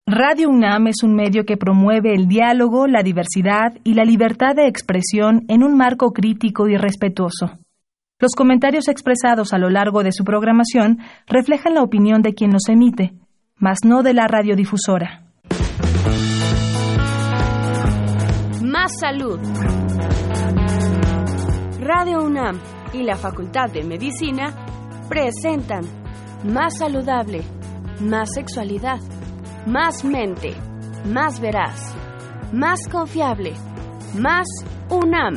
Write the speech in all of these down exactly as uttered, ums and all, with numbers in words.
Radio UNAM es un medio que promueve el diálogo, la diversidad y la libertad de expresión en un marco crítico y respetuoso. Los comentarios expresados a lo largo de su programación reflejan la opinión de quien los emite, mas no de la radiodifusora. Más salud. Radio UNAM y la Facultad de Medicina presentan Más saludable, más sexualidad, más mente, más veraz, más confiable, más UNAM.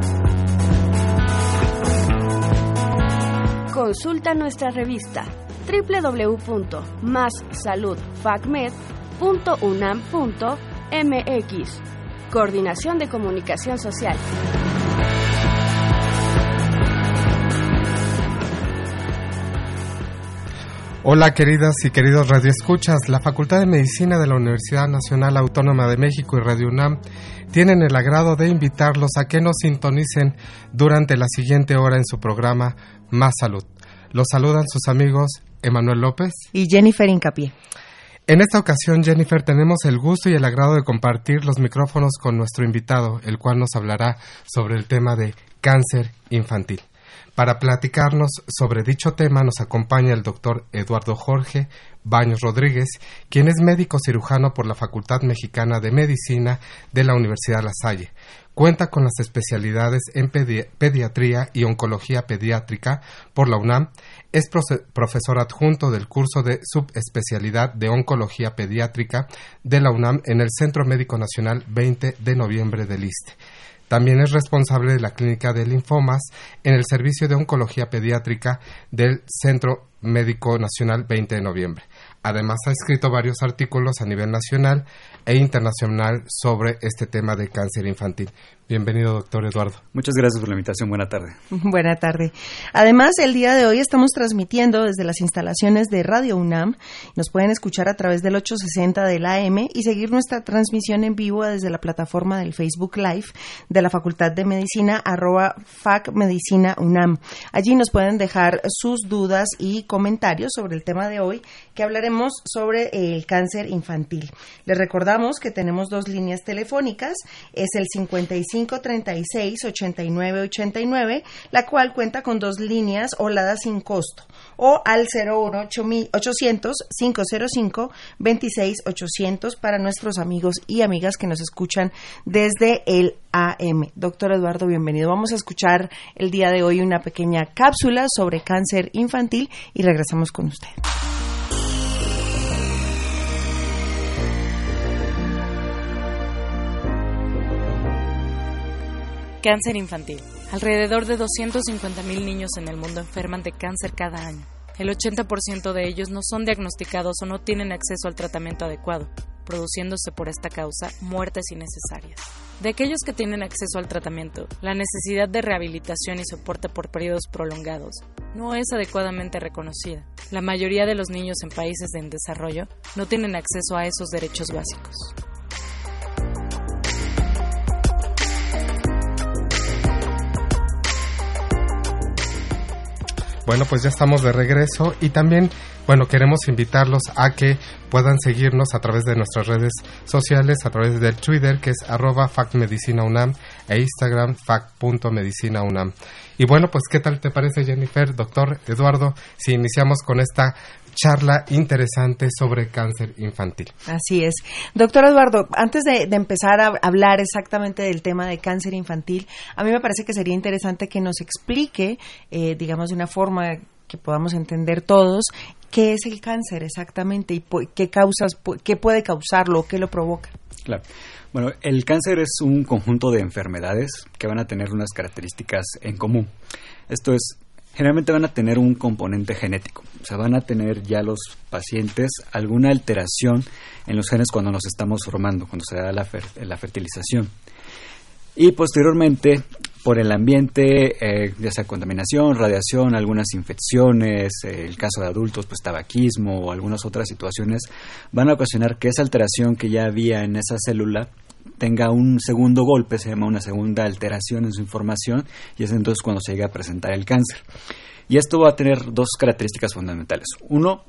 Consulta nuestra revista doble u doble u doble u punto más salud facmed punto unam punto m x. Coordinación de Comunicación Social. Hola queridas y queridos radioescuchas, la Facultad de Medicina de la Universidad Nacional Autónoma de México y Radio UNAM tienen el agrado de invitarlos a que nos sintonicen durante la siguiente hora en su programa Más Salud. Los saludan sus amigos Emanuel López y Jennifer Incapié. En esta ocasión, Jennifer, tenemos el gusto y el agrado de compartir los micrófonos con nuestro invitado, el cual nos hablará sobre el tema de cáncer infantil. Para platicarnos sobre dicho tema nos acompaña el doctor Eduardo Jorge Baños Rodríguez, quien es médico cirujano por la Facultad Mexicana de Medicina de la Universidad La Salle. Cuenta con las especialidades en pedi- pediatría y oncología pediátrica por la UNAM. Es profe- profesor adjunto del curso de subespecialidad de oncología pediátrica de la UNAM en el Centro Médico Nacional veinte de noviembre del ISSSTE. También es responsable de la Clínica de Linfomas en el Servicio de Oncología Pediátrica del Centro Médico Nacional veinte de noviembre. Además, ha escrito varios artículos a nivel nacional e internacional sobre este tema de cáncer infantil. Bienvenido, doctor Eduardo. Muchas gracias por la invitación. Buena tarde. Buena tarde. Además, el día de hoy estamos transmitiendo desde las instalaciones de Radio UNAM. Nos pueden escuchar a través del ochocientos sesenta del A M y seguir nuestra transmisión en vivo desde la plataforma del Facebook Live de la Facultad de Medicina, arroba facmedicina UNAM. Allí nos pueden dejar sus dudas y comentarios sobre el tema de hoy, que hablaremos sobre el cáncer infantil. Les recordamos que tenemos dos líneas telefónicas, es el cincuenta y cinco treinta y seis ochenta y nueve ochenta y nueve, la cual cuenta con dos líneas oladas sin costo, o al cero uno ochocientos cinco cero cinco veintiséis ochocientos para nuestros amigos y amigas que nos escuchan desde el A M. Doctor Eduardo, bienvenido. Vamos a escuchar el día de hoy una pequeña cápsula sobre cáncer infantil y regresamos con usted. Cáncer infantil. Alrededor de doscientos cincuenta mil niños en el mundo enferman de cáncer cada año. El ochenta por ciento de ellos no son diagnosticados o no tienen acceso al tratamiento adecuado, produciéndose por esta causa muertes innecesarias. De aquellos que tienen acceso al tratamiento, la necesidad de rehabilitación y soporte por periodos prolongados no es adecuadamente reconocida. La mayoría de los niños en países en desarrollo no tienen acceso a esos derechos básicos. Bueno, pues ya estamos de regreso y también, bueno, queremos invitarlos a que puedan seguirnos a través de nuestras redes sociales, a través del Twitter, que es arroba facmedicinaunam, e Instagram fac.medicinaunam. Y bueno, pues, ¿qué tal te parece, Jennifer, doctor Eduardo, si iniciamos con esta charla interesante sobre cáncer infantil? Así es. Doctor Eduardo, antes de, de empezar a hablar exactamente del tema de cáncer infantil, a mí me parece que sería interesante que nos explique, eh, digamos, de una forma que podamos entender todos, qué es el cáncer exactamente y qué causas, qué puede causarlo, qué lo provoca. Claro. Bueno, el cáncer es un conjunto de enfermedades que van a tener unas características en común. Esto es, generalmente van a tener un componente genético, o sea, van a tener ya los pacientes alguna alteración en los genes cuando nos estamos formando, cuando se da la, fer- la fertilización. Y posteriormente, por el ambiente, eh, ya sea contaminación, radiación, algunas infecciones, eh, el caso de adultos, pues tabaquismo o algunas otras situaciones, van a ocasionar que esa alteración que ya había en esa célula tenga un segundo golpe, se llama una segunda alteración en su información, y es entonces cuando se llega a presentar el cáncer. Y esto va a tener dos características fundamentales. Uno,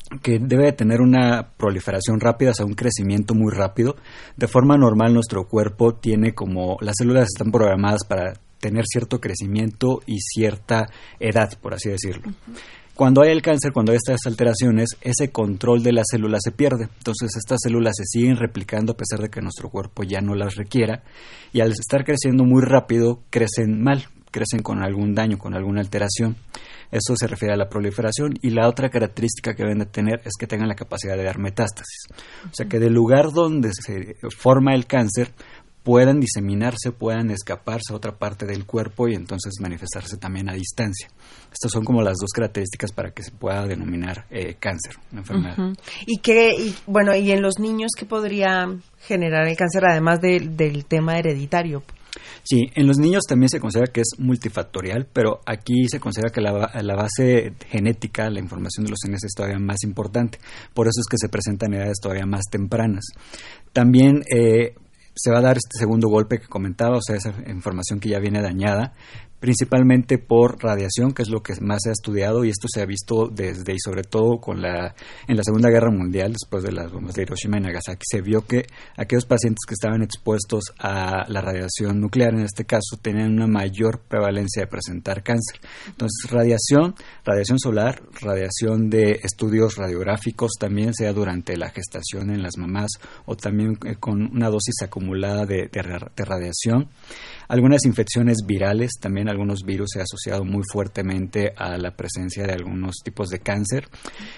que debe de tener una proliferación rápida, o sea, un crecimiento muy rápido. De forma normal, nuestro cuerpo tiene como, las células están programadas para tener cierto crecimiento y cierta edad, por así decirlo. Uh-huh. Cuando hay el cáncer, cuando hay estas alteraciones, ese control de las células se pierde. Entonces, estas células se siguen replicando a pesar de que nuestro cuerpo ya no las requiera, y al estar creciendo muy rápido, crecen mal, crecen con algún daño, con alguna alteración. Eso se refiere a la proliferación. Y la otra característica que deben de tener es que tengan la capacidad de dar metástasis. O sea, que del lugar donde se forma el cáncer puedan diseminarse, puedan escaparse a otra parte del cuerpo y entonces manifestarse también a distancia. Estas son como las dos características para que se pueda denominar eh, cáncer, una enfermedad. Uh-huh. ¿Y qué, y, bueno, y en los niños qué podría generar el cáncer además de, del tema hereditario? Sí, en los niños también se considera que es multifactorial, pero aquí se considera que la, la base genética, la información de los genes es todavía más importante. Por eso es que se presentan en edades todavía más tempranas. También eh, se va a dar este segundo golpe que comentaba, o sea, esa información que ya viene dañada, principalmente por radiación, que es lo que más se ha estudiado, y esto se ha visto desde y sobre todo con la en la Segunda Guerra Mundial, después de las bombas de Hiroshima y Nagasaki, se vio que aquellos pacientes que estaban expuestos a la radiación nuclear, en este caso, tenían una mayor prevalencia de presentar cáncer. Entonces, radiación, radiación solar, radiación de estudios radiográficos, también sea durante la gestación en las mamás o también eh, con una dosis acumulada de, de, de radiación. Algunas infecciones virales, también algunos virus se han asociado muy fuertemente a la presencia de algunos tipos de cáncer,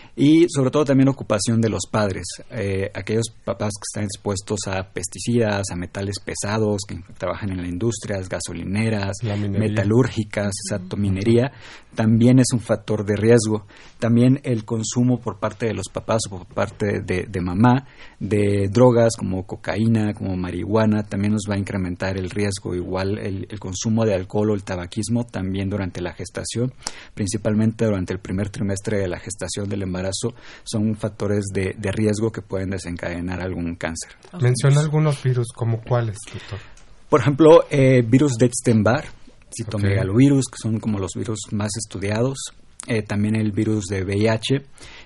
y sobre todo también ocupación de los padres, eh, aquellos papás que están expuestos a pesticidas, a metales pesados, que trabajan en las industrias gasolineras, metalúrgicas, exacto, minería, también es un factor de riesgo. También el consumo por parte de los papás o por parte de, de mamá de drogas como cocaína, como marihuana, también nos va a incrementar el riesgo. Igual el, el consumo de alcohol o el tabaquismo también durante la gestación, principalmente durante el primer trimestre de la gestación del embarazo, son factores de, de riesgo que pueden desencadenar algún cáncer. Menciona algunos virus, ¿como cuáles, doctor? Por ejemplo, eh, virus de Epstein-Barr, citomegalovirus, que son como los virus más estudiados, eh, también el virus de V I H,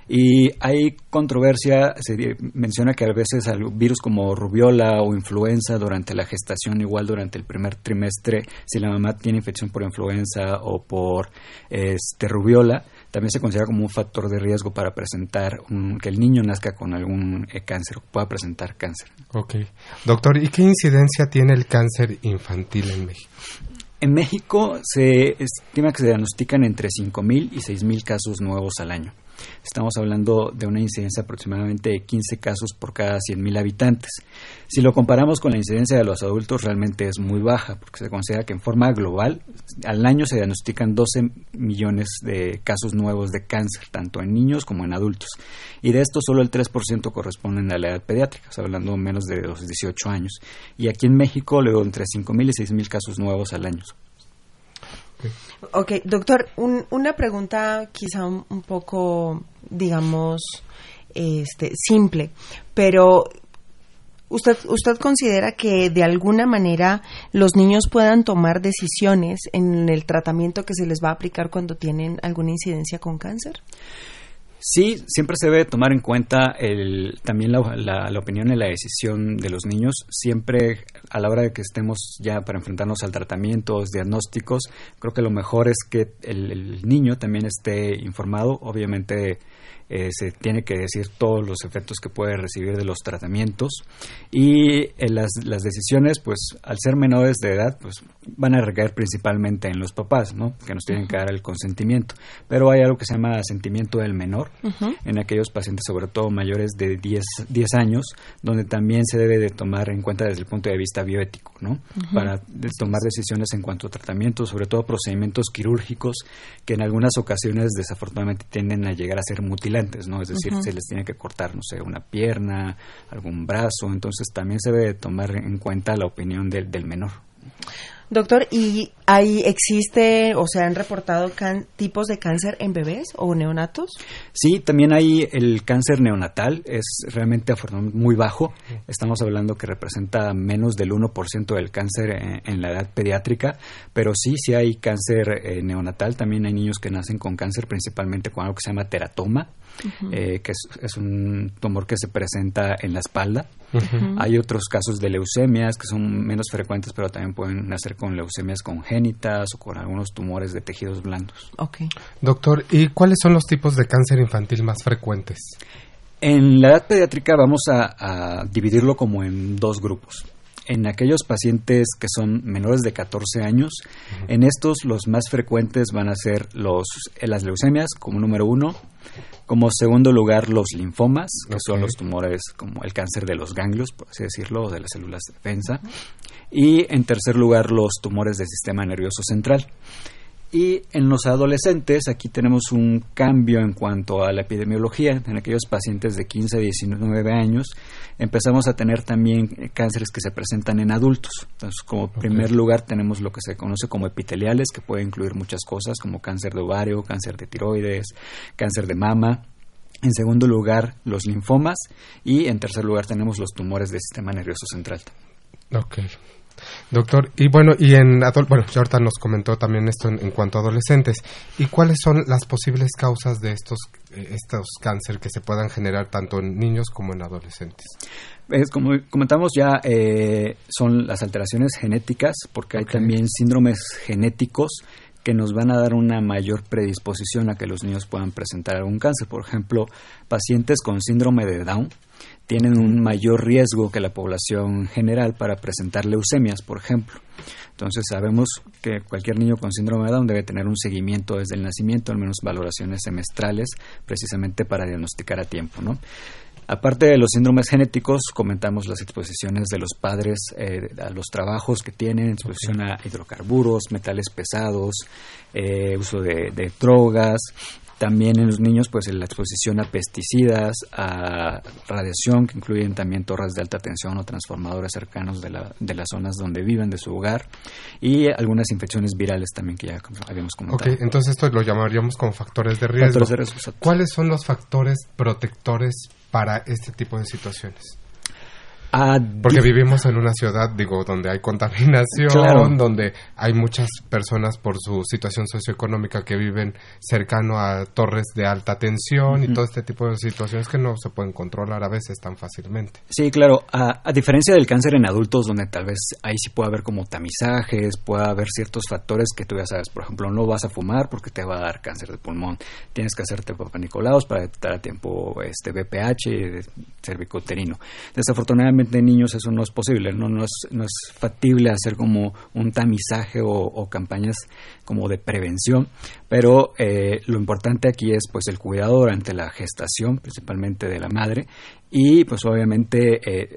y hay controversia, se menciona que a veces el virus como rubiola o influenza durante la gestación, igual durante el primer trimestre, si la mamá tiene infección por influenza o por este rubiola, también se considera como un factor de riesgo para presentar un, que el niño nazca con algún eh, cáncer, o pueda presentar cáncer. Ok. Doctor, ¿y qué incidencia tiene el cáncer infantil en México? En México se estima que se diagnostican entre cinco mil y seis mil casos nuevos al año. Estamos hablando de una incidencia aproximadamente de quince casos por cada cien mil habitantes. Si lo comparamos con la incidencia de los adultos, realmente es muy baja, porque se considera que en forma global al año se diagnostican doce millones de casos nuevos de cáncer, tanto en niños como en adultos. Y de estos solo el tres por ciento corresponden a la edad pediátrica, o sea, hablando menos de los dieciocho años. Y aquí en México, luego entre cinco mil y seis mil casos nuevos al año. Ok, doctor, un, una pregunta quizá un, un poco, digamos, este, simple, pero ¿usted, usted considera que de alguna manera los niños puedan tomar decisiones en el tratamiento que se les va a aplicar cuando tienen alguna incidencia con cáncer? Sí, siempre se debe tomar en cuenta el, también la, la, la opinión y la decisión de los niños. Siempre a la hora de que estemos ya para enfrentarnos al tratamiento, los diagnósticos, creo que lo mejor es que el, el niño también esté informado. Obviamente eh, se tiene que decir todos los efectos que puede recibir de los tratamientos, y eh, las, las decisiones, pues al ser menores de edad, pues van a recaer principalmente en los papás, ¿no? Que nos tienen que dar el consentimiento. Pero hay algo que se llama asentimiento del menor, uh-huh, en aquellos pacientes, sobre todo mayores de diez años, donde también se debe de tomar en cuenta desde el punto de vista bioético, ¿no? Uh-huh. Para de tomar decisiones en cuanto a tratamientos, sobre todo procedimientos quirúrgicos que en algunas ocasiones desafortunadamente tienden a llegar a ser mutilantes, ¿no? Es decir, uh-huh, se les tiene que cortar, no sé, una pierna, algún brazo. Entonces también se debe de tomar en cuenta la opinión del, del menor. Doctor, ¿y ahí existe o se han reportado can- tipos de cáncer en bebés o neonatos? Sí, también hay el cáncer neonatal, es realmente afortunadamente muy bajo. Estamos hablando que representa menos del uno por ciento del cáncer en, en la edad pediátrica, pero sí, sí hay cáncer eh, neonatal. También hay niños que nacen con cáncer, principalmente con algo que se llama teratoma, uh-huh. eh, que es, es un tumor que se presenta en la espalda. Uh-huh. Hay otros casos de leucemias que son menos frecuentes, pero también pueden nacer con leucemias congénitas o con algunos tumores de tejidos blandos. Okay. Doctor, ¿y cuáles son los tipos de cáncer infantil más frecuentes? En la edad pediátrica vamos a, a dividirlo como en dos grupos. En aquellos pacientes que son menores de catorce años, uh-huh. en estos los más frecuentes van a ser los, las leucemias como número uno, como segundo lugar los linfomas, que okay. son los tumores como el cáncer de los ganglios, por así decirlo, o de las células de defensa, uh-huh. y en tercer lugar los tumores del sistema nervioso central. Y en los adolescentes, aquí tenemos un cambio en cuanto a la epidemiología. En aquellos pacientes de quince a diecinueve años, empezamos a tener también cánceres que se presentan en adultos. Entonces, como okay. primer lugar, tenemos lo que se conoce como epiteliales, que puede incluir muchas cosas, como cáncer de ovario, cáncer de tiroides, cáncer de mama. En segundo lugar, los linfomas. Y en tercer lugar, tenemos los tumores del sistema nervioso central. Ok. Doctor, y bueno, y en adol- bueno, ahorita nos comentó también esto en, en cuanto a adolescentes. ¿Y cuáles son las posibles causas de estos eh, estos cáncer que se puedan generar tanto en niños como en adolescentes? Es, como comentamos ya, eh, son las alteraciones genéticas, porque hay okay. también síndromes genéticos que nos van a dar una mayor predisposición a que los niños puedan presentar algún cáncer. Por ejemplo, pacientes con síndrome de Down tienen un mayor riesgo que la población general para presentar leucemias, por ejemplo. Entonces sabemos que cualquier niño con síndrome de Down debe tener un seguimiento desde el nacimiento, al menos valoraciones semestrales, precisamente para diagnosticar a tiempo, ¿no? Aparte de los síndromes genéticos, comentamos las exposiciones de los padres eh, a los trabajos que tienen, exposición a hidrocarburos, metales pesados, eh, uso de, de drogas. También en los niños, pues la exposición a pesticidas, a radiación, que incluyen también torres de alta tensión o transformadores cercanos de, la, de las zonas donde viven, de su hogar, y algunas infecciones virales también que ya habíamos comentado. Ok, entonces esto lo llamaríamos como factores de riesgo. Factores de riesgo. ¿Cuáles son los factores protectores para este tipo de situaciones? Ah, Porque vivimos en una ciudad, digo, donde hay contaminación, claro. donde hay muchas personas por su situación socioeconómica que viven cercano a torres de alta tensión uh-huh. y todo este tipo de situaciones que no se pueden controlar a veces tan fácilmente. Sí, claro. A, a diferencia del cáncer en adultos, donde tal vez ahí sí puede haber como tamizajes, puede haber ciertos factores que tú ya sabes. Por ejemplo, no vas a fumar porque te va a dar cáncer de pulmón. Tienes que hacerte Papa Nicolaos para detectar a tiempo este B P H cervicouterino. Desafortunadamente, de niños eso no es posible, no, no, es, no es factible hacer como un tamizaje o, o campañas como de prevención, pero eh, lo importante aquí es pues el cuidado durante la gestación, principalmente de la madre, y pues obviamente eh,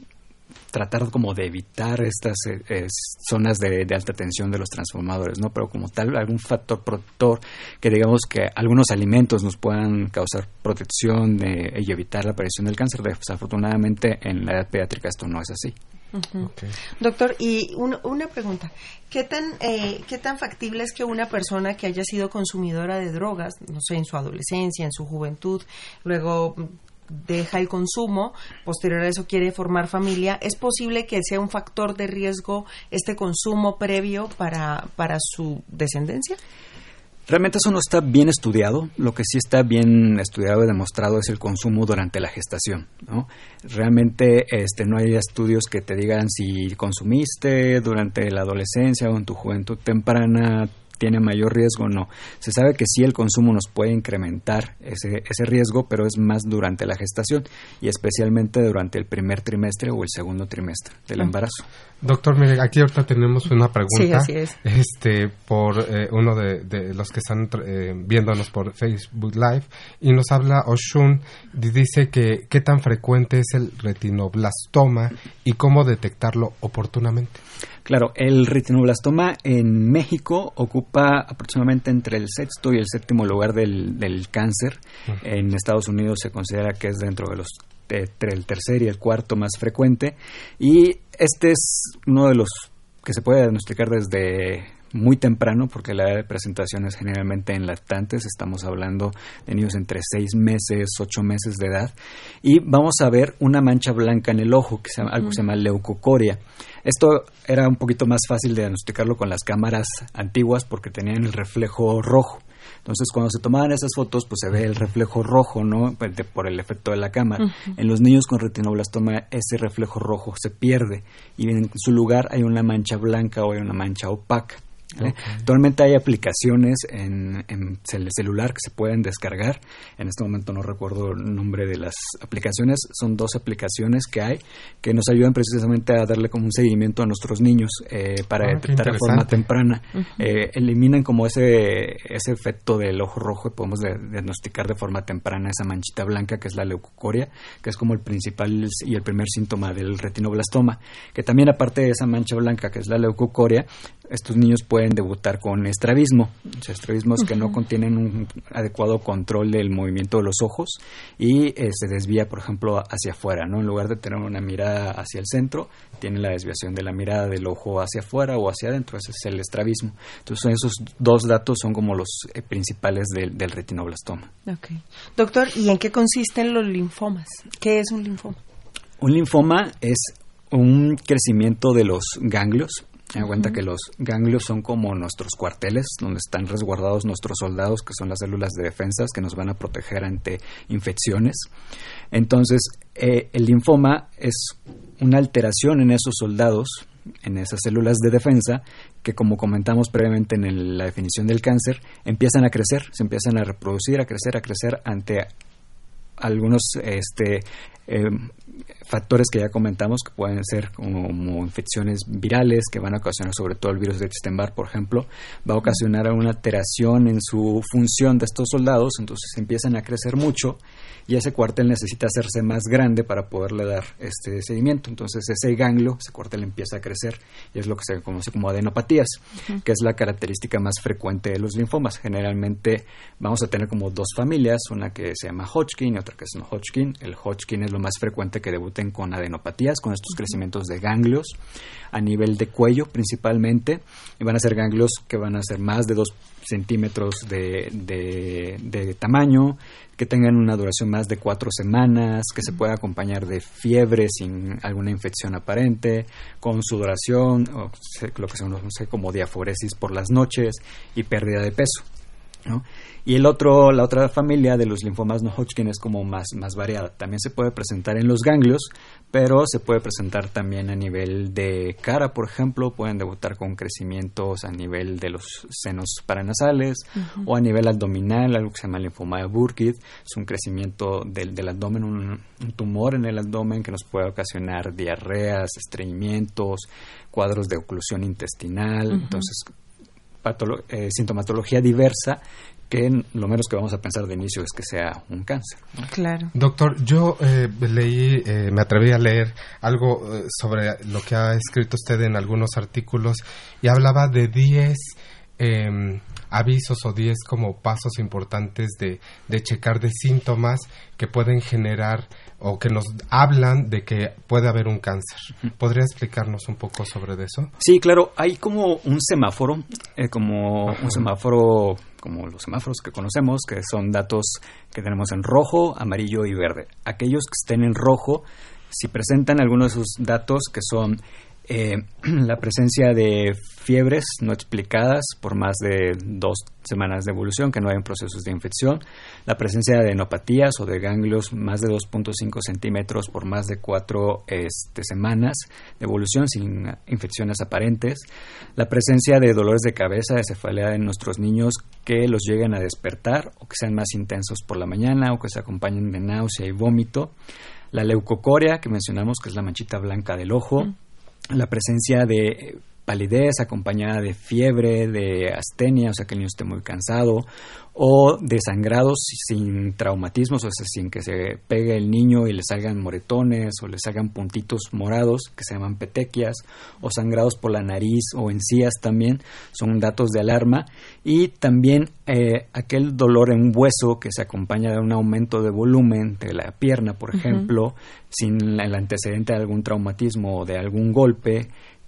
tratar como de evitar estas eh, zonas de, de alta tensión de los transformadores, ¿no? Pero como tal, algún factor protector que digamos que algunos alimentos nos puedan causar protección de, y evitar la aparición del cáncer. Desafortunadamente, en la edad pediátrica esto no es así. Uh-huh. Okay. Doctor, y un, una pregunta, ¿qué tan, eh, ¿qué tan factible es que una persona que haya sido consumidora de drogas, no sé, en su adolescencia, en su juventud, luego deja el consumo, posterior a eso quiere formar familia, ¿es posible que sea un factor de riesgo este consumo previo para, para su descendencia? Realmente eso no está bien estudiado. Lo que sí está bien estudiado y demostrado es el consumo durante la gestación, ¿no? Realmente este, no hay estudios que te digan si consumiste durante la adolescencia o en tu juventud temprana tiene mayor riesgo o no. Se sabe que sí el consumo nos puede incrementar ese, ese riesgo, pero es más durante la gestación y especialmente durante el primer trimestre o el segundo trimestre del embarazo. Doctor, mire, aquí ahorita tenemos una pregunta. Sí, así es. Este, por eh, uno de, de los que están eh, viéndonos por Facebook Live, y nos habla Oshun, dice que qué tan frecuente es el retinoblastoma y cómo detectarlo oportunamente. Claro, el retinoblastoma en México ocupa aproximadamente entre el sexto y el séptimo lugar del, del cáncer. Uh-huh. En Estados Unidos se considera que es dentro de los entre el tercer y el cuarto más frecuente, y este es uno de los que se puede diagnosticar desde muy temprano, porque la edad de presentación es generalmente en lactantes. Estamos hablando de niños entre seis meses, ocho meses de edad, y vamos a ver una mancha blanca en el ojo, que se llama, algo que se llama leucocoria. Esto era un poquito más fácil de diagnosticarlo con las cámaras antiguas porque tenían el reflejo rojo. Entonces, cuando se tomaban esas fotos, pues se ve el reflejo rojo, ¿no? Por el efecto de la cámara. Uh-huh. En los niños con retinoblastoma, ese reflejo rojo se pierde y en su lugar hay una mancha blanca o hay una mancha opaca. ¿Eh? Okay. Actualmente hay aplicaciones en, en el celular que se pueden descargar. En este momento no recuerdo el nombre de las aplicaciones. Son dos aplicaciones que hay que nos ayudan precisamente a darle como un seguimiento a nuestros niños eh, para ah, detectar de forma temprana. Uh-huh. eh, eliminan como ese ese efecto del ojo rojo y podemos de, diagnosticar de forma temprana esa manchita blanca que es la leucocoria, que es como el principal y el primer síntoma del retinoblastoma. Que también, aparte de esa mancha blanca que es la leucocoria, estos niños pueden debutar con estrabismo, o sea, estrabismos uh-huh. que no contienen un adecuado control del movimiento de los ojos y eh, se desvía, por ejemplo, hacia afuera, ¿no? En lugar de tener una mirada hacia el centro, tiene la desviación de la mirada del ojo hacia afuera o hacia adentro. Ese es el estrabismo. Entonces, esos dos datos son como los eh, principales del, del retinoblastoma. Okay. Doctor, ¿y en qué consisten los linfomas? ¿Qué es un linfoma? Un linfoma es un crecimiento de los ganglios. Me da cuenta uh-huh. que los ganglios son como nuestros cuarteles, donde están resguardados nuestros soldados, que son las células de defensas que nos van a proteger ante infecciones. Entonces, eh, el linfoma es una alteración en esos soldados, en esas células de defensa, que, como comentamos previamente en el, la definición del cáncer, empiezan a crecer, se empiezan a reproducir, a crecer, a crecer ante algunos este eh, factores que ya comentamos, que pueden ser como, como infecciones virales, que van a ocasionar, sobre todo el virus de Epstein-Barr, por ejemplo, va a ocasionar una alteración en su función de estos soldados. Entonces empiezan a crecer mucho y ese cuartel necesita hacerse más grande para poderle dar este seguimiento. Entonces ese ganglio, ese cuartel empieza a crecer y es lo que se conoce como adenopatías, uh-huh. que es la característica más frecuente de los linfomas. Generalmente vamos a tener como dos familias, una que se llama Hodgkin y otra que es no Hodgkin. El Hodgkin es lo más frecuente que debuten con adenopatías, con estos uh-huh. crecimientos de ganglios a nivel de cuello principalmente, y van a ser ganglios que van a ser más de dos centímetros de, de, de tamaño, que tengan una duración más de cuatro semanas, que se pueda acompañar de fiebre sin alguna infección aparente, con sudoración, o lo que se conoce como diaforesis por las noches y pérdida de peso, ¿no? Y el otro, la otra familia de los linfomas no Hodgkin es como más, más variada. También se puede presentar en los ganglios, pero se puede presentar también a nivel de cara, por ejemplo. Pueden debutar con crecimientos a nivel de los senos paranasales uh-huh. o a nivel abdominal, algo que se llama linfoma de Burkitt. Es un crecimiento del, del abdomen, un, un tumor en el abdomen que nos puede ocasionar diarreas, estreñimientos, cuadros de oclusión intestinal. Uh-huh. Entonces, patolo- eh, sintomatología diversa, que lo menos que vamos a pensar de inicio es que sea un cáncer, ¿no? Claro. Doctor, yo eh, leí, eh, me atreví a leer algo eh, sobre lo que ha escrito usted en algunos artículos y hablaba de diez eh, avisos o diez como pasos importantes de, de checar de síntomas que pueden generar o que nos hablan de que puede haber un cáncer. ¿Podría explicarnos un poco sobre eso? Sí, claro. Hay como un semáforo, eh, como Ajá. un semáforo, como los semáforos que conocemos, que son datos que tenemos en rojo, amarillo y verde. Aquellos que estén en rojo, si presentan algunos de esos datos que son Eh, la presencia de fiebres no explicadas por más de dos semanas de evolución, que no hay procesos de infección, la presencia de adenopatías o de ganglios más de dos punto cinco centímetros por más de cuatro este, semanas de evolución sin infecciones aparentes, la presencia de dolores de cabeza, de cefalea en nuestros niños que los lleguen a despertar o que sean más intensos por la mañana o que se acompañen de náusea y vómito, la leucocoria que mencionamos, que es la manchita blanca del ojo, mm. la presencia de palidez acompañada de fiebre, de astenia, o sea que el niño esté muy cansado, o de sangrados sin traumatismos, o sea, sin que se pegue el niño y le salgan moretones o le salgan puntitos morados, que se llaman petequias, o sangrados por la nariz o encías también, son datos de alarma. Y también eh, aquel dolor en hueso que se acompaña de un aumento de volumen de la pierna, por ejemplo, uh-huh. sin el antecedente de algún traumatismo o de algún golpe,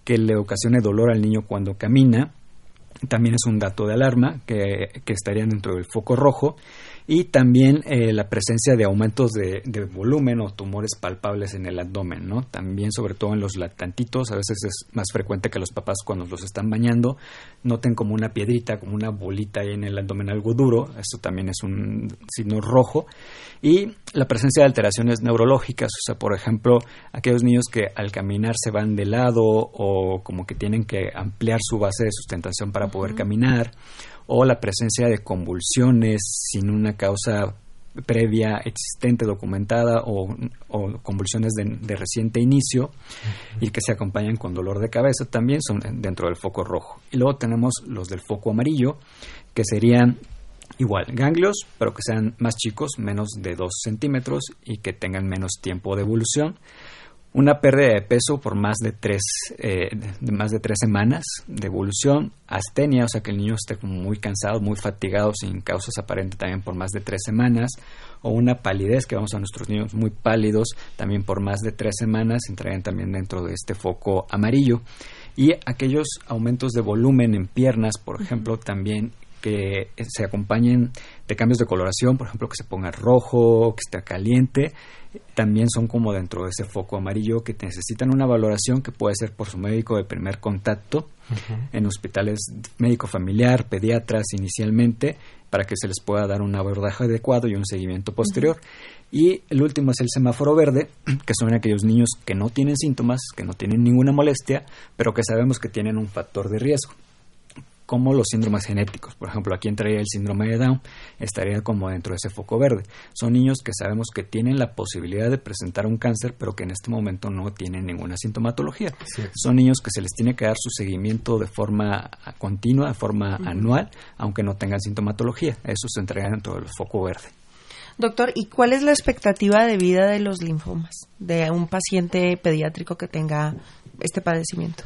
que le ocasione dolor al niño cuando camina. También es un dato de alarma que, que estarían dentro del foco rojo. Y también eh, la presencia de aumentos de, de volumen o tumores palpables en el abdomen, ¿no? También, sobre todo en los lactantitos, a veces es más frecuente que los papás cuando los están bañando noten como una piedrita, como una bolita ahí en el abdomen, algo duro. Esto también es un signo rojo. Y la presencia de alteraciones neurológicas, o sea, por ejemplo, aquellos niños que al caminar se van de lado o como que tienen que ampliar su base de sustentación para poder uh-huh. caminar, o la presencia de convulsiones sin una causa previa existente, documentada, o, o convulsiones de, de reciente inicio uh-huh. y que se acompañan con dolor de cabeza, también son dentro del foco rojo. Y luego tenemos los del foco amarillo, que serían igual ganglios, pero que sean más chicos, menos de dos centímetros, y que tengan menos tiempo de evolución. Una pérdida de peso por más de tres, eh, de más de tres semanas de evolución, astenia, o sea que el niño esté como muy cansado, muy fatigado, sin causas aparentes también por más de tres semanas, o una palidez, que vamos a nuestros niños muy pálidos, también por más de tres semanas, entrarían también dentro de este foco amarillo. Y aquellos aumentos de volumen en piernas, por ejemplo, también que se acompañen de cambios de coloración, por ejemplo, que se ponga rojo, que esté caliente, también son como dentro de ese foco amarillo, que necesitan una valoración que puede ser por su médico de primer contacto, uh-huh. en hospitales médico familiar, pediatras inicialmente, para que se les pueda dar un abordaje adecuado y un seguimiento posterior. Uh-huh. Y el último es el semáforo verde, que son aquellos niños que no tienen síntomas, que no tienen ninguna molestia, pero que sabemos que tienen un factor de riesgo, como los síndromes genéticos. Por ejemplo, aquí entraría el síndrome de Down, estaría como dentro de ese foco verde. Son niños que sabemos que tienen la posibilidad de presentar un cáncer, pero que en este momento no tienen ninguna sintomatología. Sí. Son niños que se les tiene que dar su seguimiento de forma continua, de forma uh-huh. anual, aunque no tengan sintomatología. Eso se entraría dentro del foco verde. Doctor, ¿y cuál es la expectativa de vida de los linfomas, de un paciente pediátrico que tenga este padecimiento?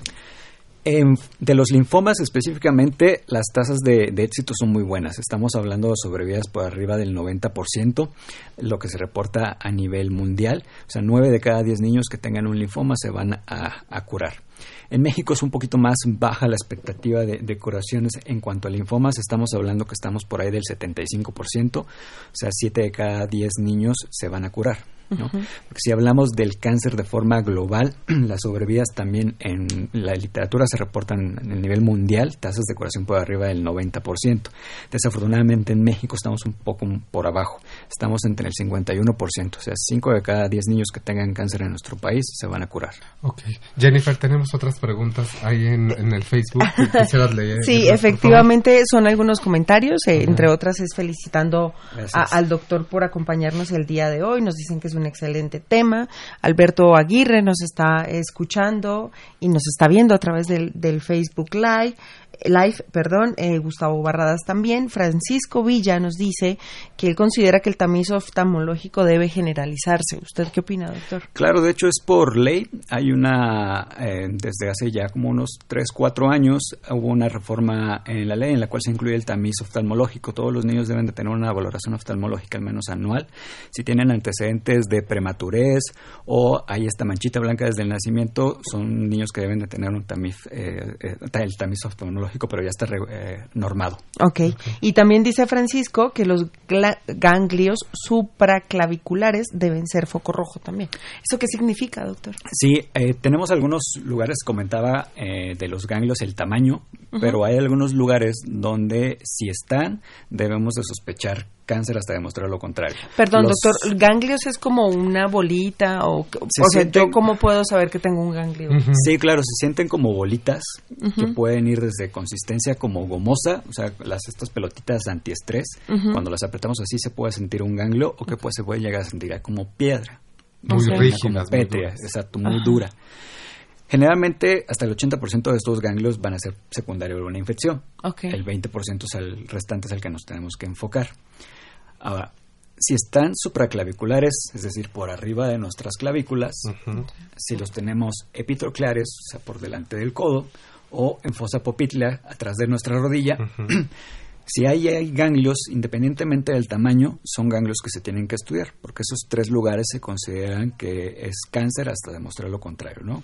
Eh, de los linfomas específicamente, las tasas de, de éxito son muy buenas. Estamos hablando de sobrevidas por arriba del noventa por ciento, lo que se reporta a nivel mundial. O sea, nueve de cada diez niños que tengan un linfoma se van a, a curar. En México es un poquito más baja la expectativa de, de curaciones en cuanto a linfomas. Estamos hablando que estamos por ahí del setenta y cinco por ciento, o sea, siete de cada diez niños se van a curar, ¿no? Uh-huh. Porque si hablamos del cáncer de forma global, las sobrevidas también en la literatura se reportan en el nivel mundial, tasas de curación por arriba del noventa por ciento. Desafortunadamente en México estamos un poco por abajo, estamos entre el cincuenta y uno por ciento, o sea, cinco de cada diez niños que tengan cáncer en nuestro país se van a curar. Ok. Jennifer, tenemos otras preguntas ahí en, en el Facebook que quisieras leer. Sí, efectivamente son algunos comentarios, eh, uh-huh. entre otras es felicitando a, al doctor por acompañarnos el día de hoy. Nos dicen que es un excelente tema. Alberto Aguirre nos está escuchando y nos está viendo a través del, del Facebook Live. Live, perdón, eh, Gustavo Barradas también. Francisco Villa nos dice que él considera que el tamiz oftalmológico debe generalizarse. ¿Usted qué opina, doctor? Claro, de hecho es por ley. Hay una, eh, desde hace ya como unos tres, cuatro años, hubo una reforma en la ley en la cual se incluye el tamiz oftalmológico. Todos los niños deben de tener una valoración oftalmológica al menos anual. Si tienen antecedentes de prematurez o hay esta manchita blanca desde el nacimiento, son niños que deben de tener un tamiz, eh, eh, el tamiz oftalmológico, pero ya está eh, normado. Okay. ok. Y también dice Francisco que los gla- ganglios supraclaviculares deben ser foco rojo también. ¿Eso qué significa, doctor? Sí, eh, tenemos algunos lugares, comentaba, eh, de los ganglios, el tamaño, uh-huh. pero hay algunos lugares donde si están, debemos de sospechar cáncer hasta demostrar lo contrario. Perdón, Los... doctor, ¿ganglios es como una bolita? O, o sea, sienten... ¿yo cómo puedo saber que tengo un ganglio? Uh-huh. Sí, claro, se sienten como bolitas uh-huh. que pueden ir desde consistencia como gomosa, o sea, las estas pelotitas antiestrés, uh-huh. cuando las apretamos así se puede sentir un ganglio, o que pues se puede llegar a sentir como piedra. Muy o sea, rígidas. Como pétrea, exacto, muy uh-huh. dura. Generalmente, hasta el ochenta por ciento de estos ganglios van a ser secundarios a una infección. Okay. El veinte por ciento es el restante es el que nos tenemos que enfocar. Ahora, si están supraclaviculares, es decir, por arriba de nuestras clavículas, uh-huh. si los tenemos epitrocleares, o sea, por delante del codo, o en fosa popliteal, atrás de nuestra rodilla, uh-huh. si hay, hay ganglios, independientemente del tamaño, son ganglios que se tienen que estudiar, porque esos tres lugares se consideran que es cáncer hasta demostrar lo contrario, ¿no?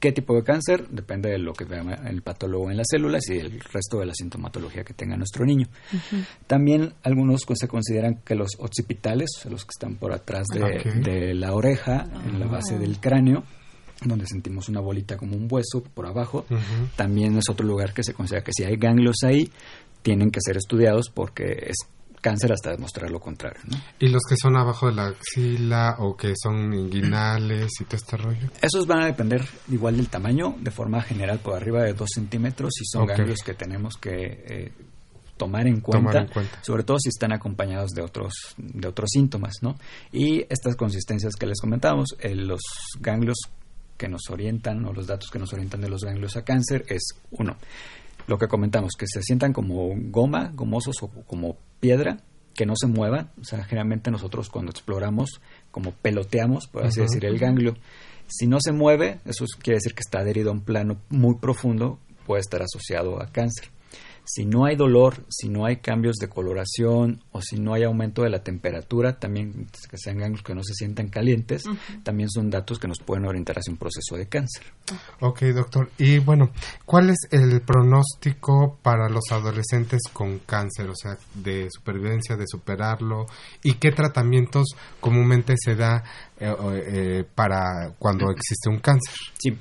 ¿Qué tipo de cáncer? Depende de lo que vea el patólogo en las células y el resto de la sintomatología que tenga nuestro niño. Uh-huh. También algunos se consideran que los occipitales, los que están por atrás de, okay. de la oreja, uh-huh. en la base del cráneo, donde sentimos una bolita como un hueso por abajo, uh-huh. también es otro lugar que se considera que si hay ganglios ahí, tienen que ser estudiados porque es cáncer hasta demostrar lo contrario, ¿no? ¿Y los que son abajo de la axila o que son inguinales y todo este rollo? Esos van a depender igual del tamaño, de forma general por arriba de dos centímetros, y son okay. ganglios que tenemos que eh, tomar, en cuenta, tomar en cuenta, sobre todo si están acompañados de otros de otros síntomas, ¿no? Y estas consistencias que les comentábamos, eh, los ganglios que nos orientan, o los datos que nos orientan de los ganglios a cáncer es, uno, lo que comentamos, que se sientan como goma, gomosos o como piedra, que no se muevan. O sea, generalmente nosotros cuando exploramos, como peloteamos, por así uh-huh. decir, el ganglio. Si no se mueve, eso quiere decir que está adherido a un plano muy profundo, puede estar asociado a cáncer. Si no hay dolor, si no hay cambios de coloración o si no hay aumento de la temperatura, también que sean ganglios que no se sientan calientes, uh-huh. también son datos que nos pueden orientar hacia un proceso de cáncer. Ok, doctor. Y bueno, ¿cuál es el pronóstico para los adolescentes con cáncer? O sea, de supervivencia, de superarlo. ¿Y qué tratamientos comúnmente se da eh, eh, para cuando existe un cáncer? Sí.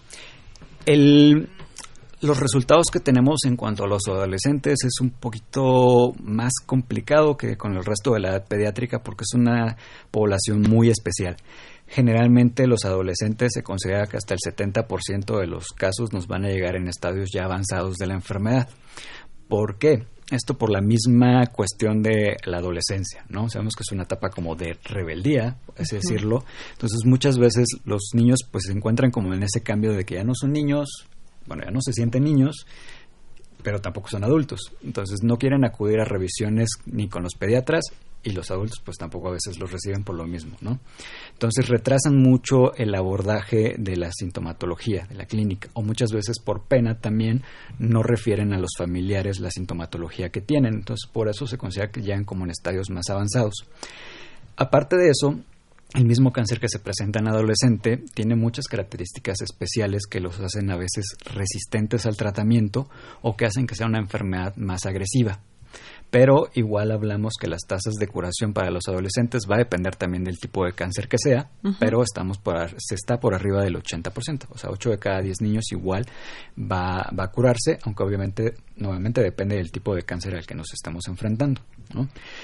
El... Los resultados que tenemos en cuanto a los adolescentes es un poquito más complicado que con el resto de la edad pediátrica porque es una población muy especial. Generalmente los adolescentes se considera que hasta el setenta por ciento de los casos nos van a llegar en estadios ya avanzados de la enfermedad. ¿Por qué? Esto por la misma cuestión de la adolescencia, ¿no? Sabemos que es una etapa como de rebeldía, por así uh-huh. decirlo. Entonces muchas veces los niños pues se encuentran como en ese cambio de que ya no son niños. Bueno, ya no se sienten niños, pero tampoco son adultos. Entonces no quieren acudir a revisiones ni con los pediatras y los adultos pues tampoco a veces los reciben por lo mismo, ¿no? Entonces retrasan mucho el abordaje de la sintomatología, de la clínica, o muchas veces por pena también no refieren a los familiares la sintomatología que tienen. Entonces por eso se considera que llegan como en estadios más avanzados. Aparte de eso, el mismo cáncer que se presenta en adolescente tiene muchas características especiales que los hacen a veces resistentes al tratamiento o que hacen que sea una enfermedad más agresiva. Pero igual hablamos que las tasas de curación para los adolescentes va a depender también del tipo de cáncer que sea, uh-huh. pero estamos por, se está por arriba del ochenta por ciento. O sea, ocho de cada diez niños igual va, va a curarse, aunque obviamente nuevamente depende del tipo de cáncer al que nos estamos enfrentando, ¿no?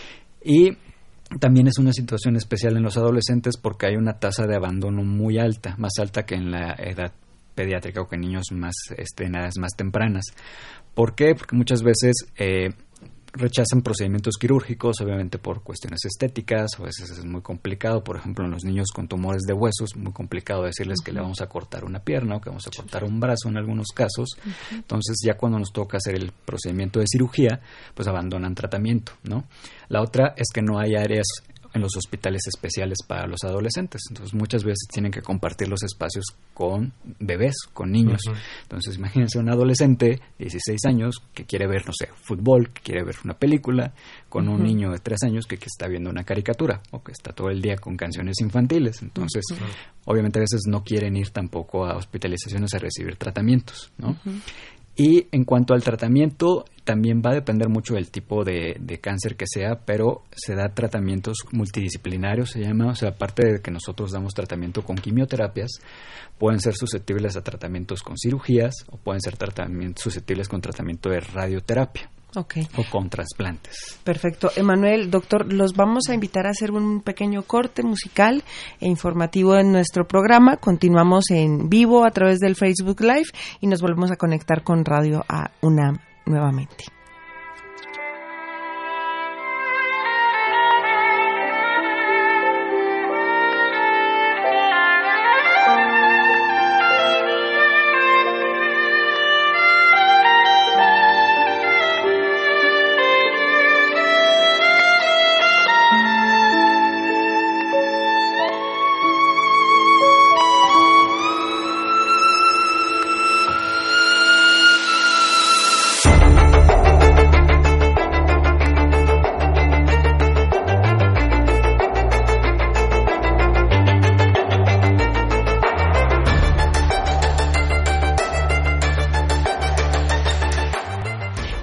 Y también es una situación especial en los adolescentes porque hay una tasa de abandono muy alta, más alta que en la edad pediátrica o que en niños más, este, en edades más tempranas. ¿Por qué? Porque muchas veces eh, rechazan procedimientos quirúrgicos, obviamente por cuestiones estéticas, a veces es muy complicado, por ejemplo en los niños con tumores de huesos, muy complicado decirles uh-huh. que le vamos a cortar una pierna o que vamos a cortar un brazo en algunos casos, uh-huh. entonces ya cuando nos toca hacer el procedimiento de cirugía, pues abandonan tratamiento, ¿no? La otra es que no hay áreas en los hospitales especiales para los adolescentes, entonces muchas veces tienen que compartir los espacios con bebés, con niños. Uh-huh. Entonces imagínense un adolescente de dieciséis años que quiere ver, no sé, fútbol, que quiere ver una película, con uh-huh. un niño de tres años que, que está viendo una caricatura o que está todo el día con canciones infantiles. Entonces uh-huh. obviamente a veces no quieren ir tampoco a hospitalizaciones a recibir tratamientos, ¿no? Uh-huh. Y en cuanto al tratamiento, también va a depender mucho del tipo de, de cáncer que sea, pero se da tratamientos multidisciplinarios, se llama, o sea, aparte de que nosotros damos tratamiento con quimioterapias, pueden ser susceptibles a tratamientos con cirugías o pueden ser tratamientos susceptibles con tratamiento de radioterapia. Okay. O con trasplantes. Perfecto. Emanuel, doctor, los vamos a invitar a hacer un pequeño corte musical e informativo en nuestro programa. Continuamos en vivo a través del Facebook Live y nos volvemos a conectar con Radio A UNAM nuevamente.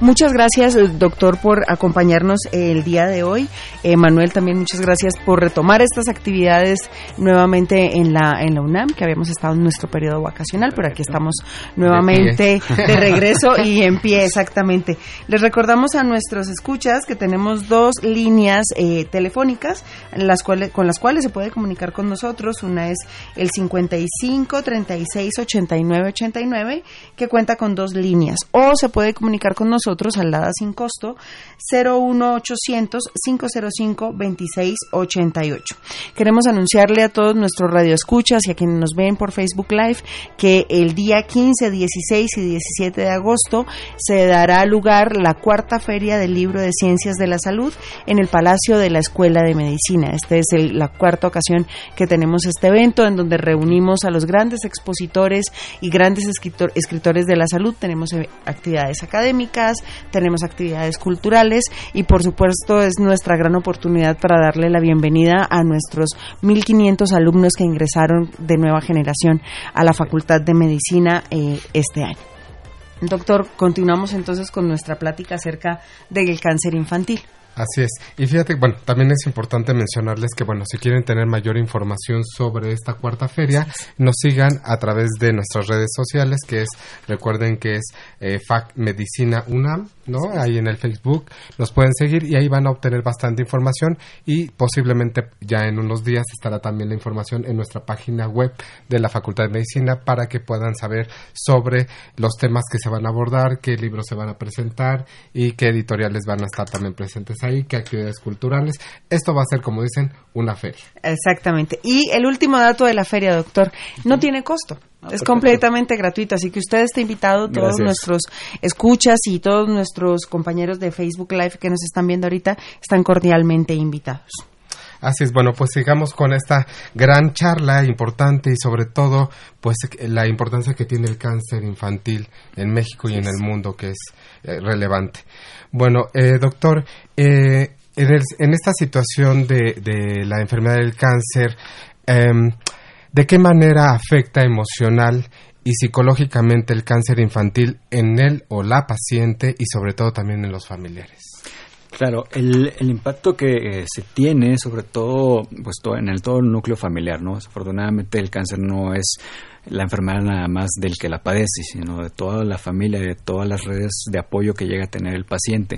Muchas gracias, doctor, por acompañarnos el día de hoy. Eh, Manuel, también muchas gracias por retomar estas actividades nuevamente en la en la UNAM, que habíamos estado en nuestro periodo vacacional, pero aquí estamos nuevamente de, de regreso y en pie, exactamente. Les recordamos a nuestros escuchas que tenemos dos líneas eh, telefónicas las cuales, con las cuales se puede comunicar con nosotros. Una es el cincuenta y cinco, treinta y seis, ochenta y nueve, ochenta y nueve, que cuenta con dos líneas, o se puede comunicar con nosotros salada sin costo, cero uno ochocientos, cinco cero cinco, veintiséis ochenta y ocho. Queremos anunciarle a todos nuestros radioescuchas y a quienes nos ven por Facebook Live que el día quince, dieciséis y diecisiete de agosto se dará lugar la cuarta Feria del Libro de Ciencias de la Salud en el Palacio de la Escuela de Medicina. Esta es el, la cuarta ocasión que tenemos este evento, en donde reunimos a los grandes expositores y grandes escritor, escritores de la salud. Tenemos eh, actividades académicas, tenemos actividades culturales y por supuesto es nuestra gran oportunidad para darle la bienvenida a nuestros mil quinientos alumnos que ingresaron de nueva generación a la Facultad de Medicina eh, este año. Doctor, continuamos entonces con nuestra plática acerca del cáncer infantil. Así es. Y fíjate, bueno, también es importante mencionarles que, bueno, si quieren tener mayor información sobre esta cuarta feria, nos sigan a través de nuestras redes sociales, que es, recuerden que es eh, Fac Medicina UNAM, ¿no? Ahí en el Facebook nos pueden seguir y ahí van a obtener bastante información y posiblemente ya en unos días estará también la información en nuestra página web de la Facultad de Medicina para que puedan saber sobre los temas que se van a abordar, qué libros se van a presentar y qué editoriales van a estar también presentes ahí, qué actividades culturales. Esto va a ser, como dicen, una feria. Exactamente. Y el último dato de la feria, doctor, no tiene costo. Ah, es perfecto. Completamente gratuito, así que usted está invitado, todos Gracias. Nuestros escuchas y todos nuestros compañeros de Facebook Live que nos están viendo ahorita están cordialmente invitados. Así es, bueno, pues sigamos con esta gran charla importante y sobre todo, pues la importancia que tiene el cáncer infantil en México y en el mundo, que es eh, relevante. Bueno, eh, doctor, eh, en, el, en esta situación de, de la enfermedad del cáncer, eh, ¿de qué manera afecta emocional y psicológicamente el cáncer infantil en él o la paciente y sobre todo también en los familiares? Claro, el, el impacto que eh, se tiene, sobre todo, pues todo, en el todo el núcleo familiar, ¿no? Desafortunadamente el cáncer no es la enfermedad nada más del que la padece, sino de toda la familia, de todas las redes de apoyo que llega a tener el paciente.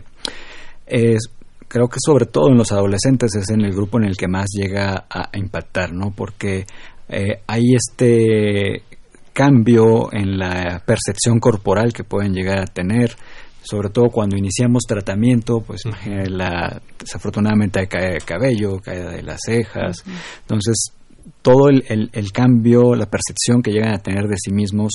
Es, creo que sobre todo en los adolescentes es en el grupo en el que más llega a, a impactar, ¿no? Porque eh, hay este cambio en la percepción corporal que pueden llegar a tener, sobre todo cuando iniciamos tratamiento, pues uh-huh. la, desafortunadamente hay caída de cabello, caída de las cejas, uh-huh. entonces todo el, el, el cambio, la percepción que llegan a tener de sí mismos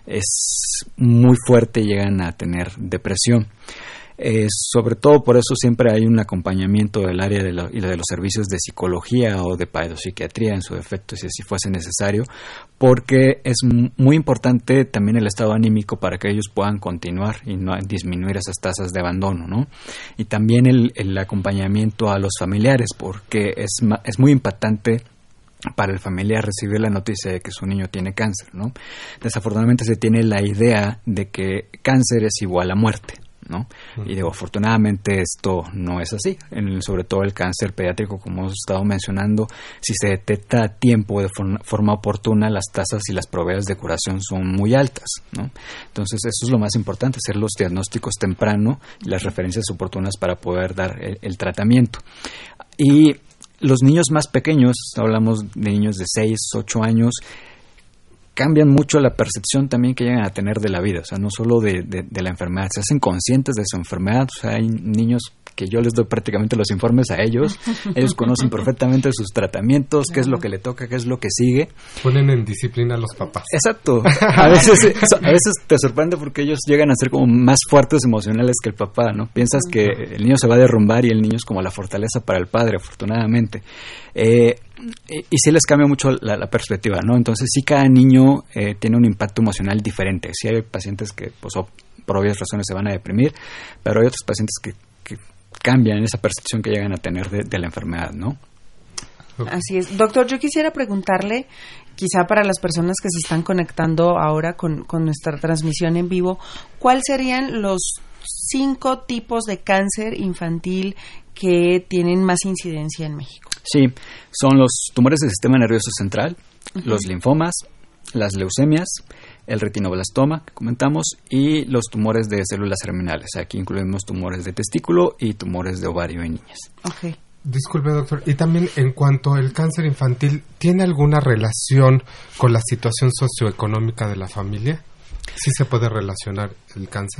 es muy fuerte y llegan a tener depresión. Eh, sobre todo por eso siempre hay un acompañamiento del área de, lo, y de los servicios de psicología o de pedopsiquiatría en su defecto, si así fuese necesario, porque es m- muy importante también el estado anímico para que ellos puedan continuar y no disminuir esas tasas de abandono, ¿no? Y también el, el acompañamiento a los familiares, porque es, ma- es muy impactante para el familiar recibir la noticia de que su niño tiene cáncer, ¿no? Desafortunadamente se tiene la idea de que cáncer es igual a muerte, ¿no? Y digo, afortunadamente esto no es así, en, sobre todo el cáncer pediátrico, como hemos estado mencionando, si se detecta a tiempo de forma, forma oportuna, las tasas y las probabilidades de curación son muy altas, ¿no? Entonces eso es lo más importante, hacer los diagnósticos temprano y las referencias oportunas para poder dar el, el tratamiento. Y los niños más pequeños, hablamos de niños de seis, ocho años, cambian mucho la percepción también que llegan a tener de la vida, o sea, no solo de, de, de la enfermedad, se hacen conscientes de su enfermedad, o sea, hay niños que yo les doy prácticamente los informes a ellos, ellos conocen perfectamente sus tratamientos, qué es lo que le toca, qué es lo que sigue. Ponen en disciplina a los papás. Exacto, a veces a veces te sorprende porque ellos llegan a ser como más fuertes emocionales que el papá, ¿no? Piensas que el niño se va a derrumbar y el niño es como la fortaleza para el padre, afortunadamente. Eh, y, y sí les cambia mucho la, la perspectiva, ¿no? Entonces sí cada niño eh, tiene un impacto emocional diferente. Sí hay pacientes que pues, por obvias razones se van a deprimir, pero hay otros pacientes que, que cambian esa percepción que llegan a tener de, de la enfermedad, ¿no? Así es. Doctor, yo quisiera preguntarle, quizá para las personas que se están conectando ahora con, con nuestra transmisión en vivo, ¿cuáles serían los cinco tipos de cáncer infantil que tienen más incidencia en México. Sí, son los tumores del sistema nervioso central, uh-huh. los linfomas, las leucemias, el retinoblastoma que comentamos y los tumores de células germinales. Aquí incluimos tumores de testículo y tumores de ovario en niñas. Okay. Disculpe, doctor. Y también en cuanto al cáncer infantil, ¿tiene alguna relación con la situación socioeconómica de la familia? ¿Sí se puede relacionar el cáncer?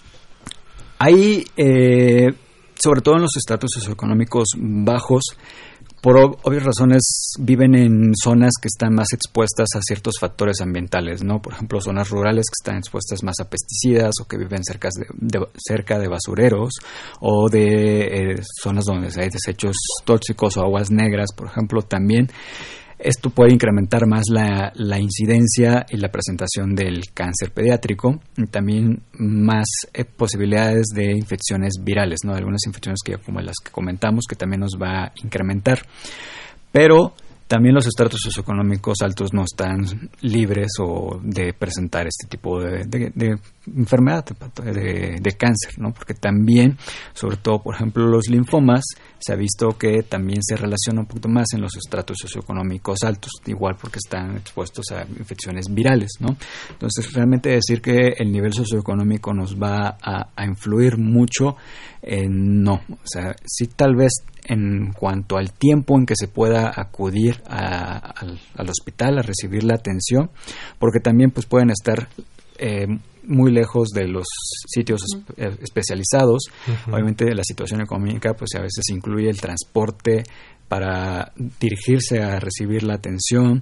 Hay, eh, sobre todo en los estratos socioeconómicos bajos, por ob- obvias razones viven en zonas que están más expuestas a ciertos factores ambientales, ¿no? Por ejemplo, zonas rurales que están expuestas más a pesticidas o que viven cerca de, de, cerca de basureros o de eh, zonas donde hay desechos tóxicos o aguas negras, por ejemplo, también. Esto puede incrementar más la, la incidencia y la presentación del cáncer pediátrico y también más eh, posibilidades de infecciones virales, ¿no? Algunas infecciones que como las que comentamos que también nos va a incrementar. Pero también los estratos socioeconómicos altos no están libres o de presentar este tipo de, de, de enfermedad, de, de cáncer, ¿no? Porque también, sobre todo, por ejemplo, los linfomas, se ha visto que también se relaciona un poquito más en los estratos socioeconómicos altos, igual porque están expuestos a infecciones virales, ¿no? Entonces, realmente decir que el nivel socioeconómico nos va a, a influir mucho, eh, no. O sea, sí tal vez en cuanto al tiempo en que se pueda acudir a, a, al hospital a recibir la atención, porque también pues pueden estar eh, muy lejos de los sitios uh-huh. especializados. Uh-huh. Obviamente la situación económica pues a veces incluye el transporte para dirigirse a recibir la atención,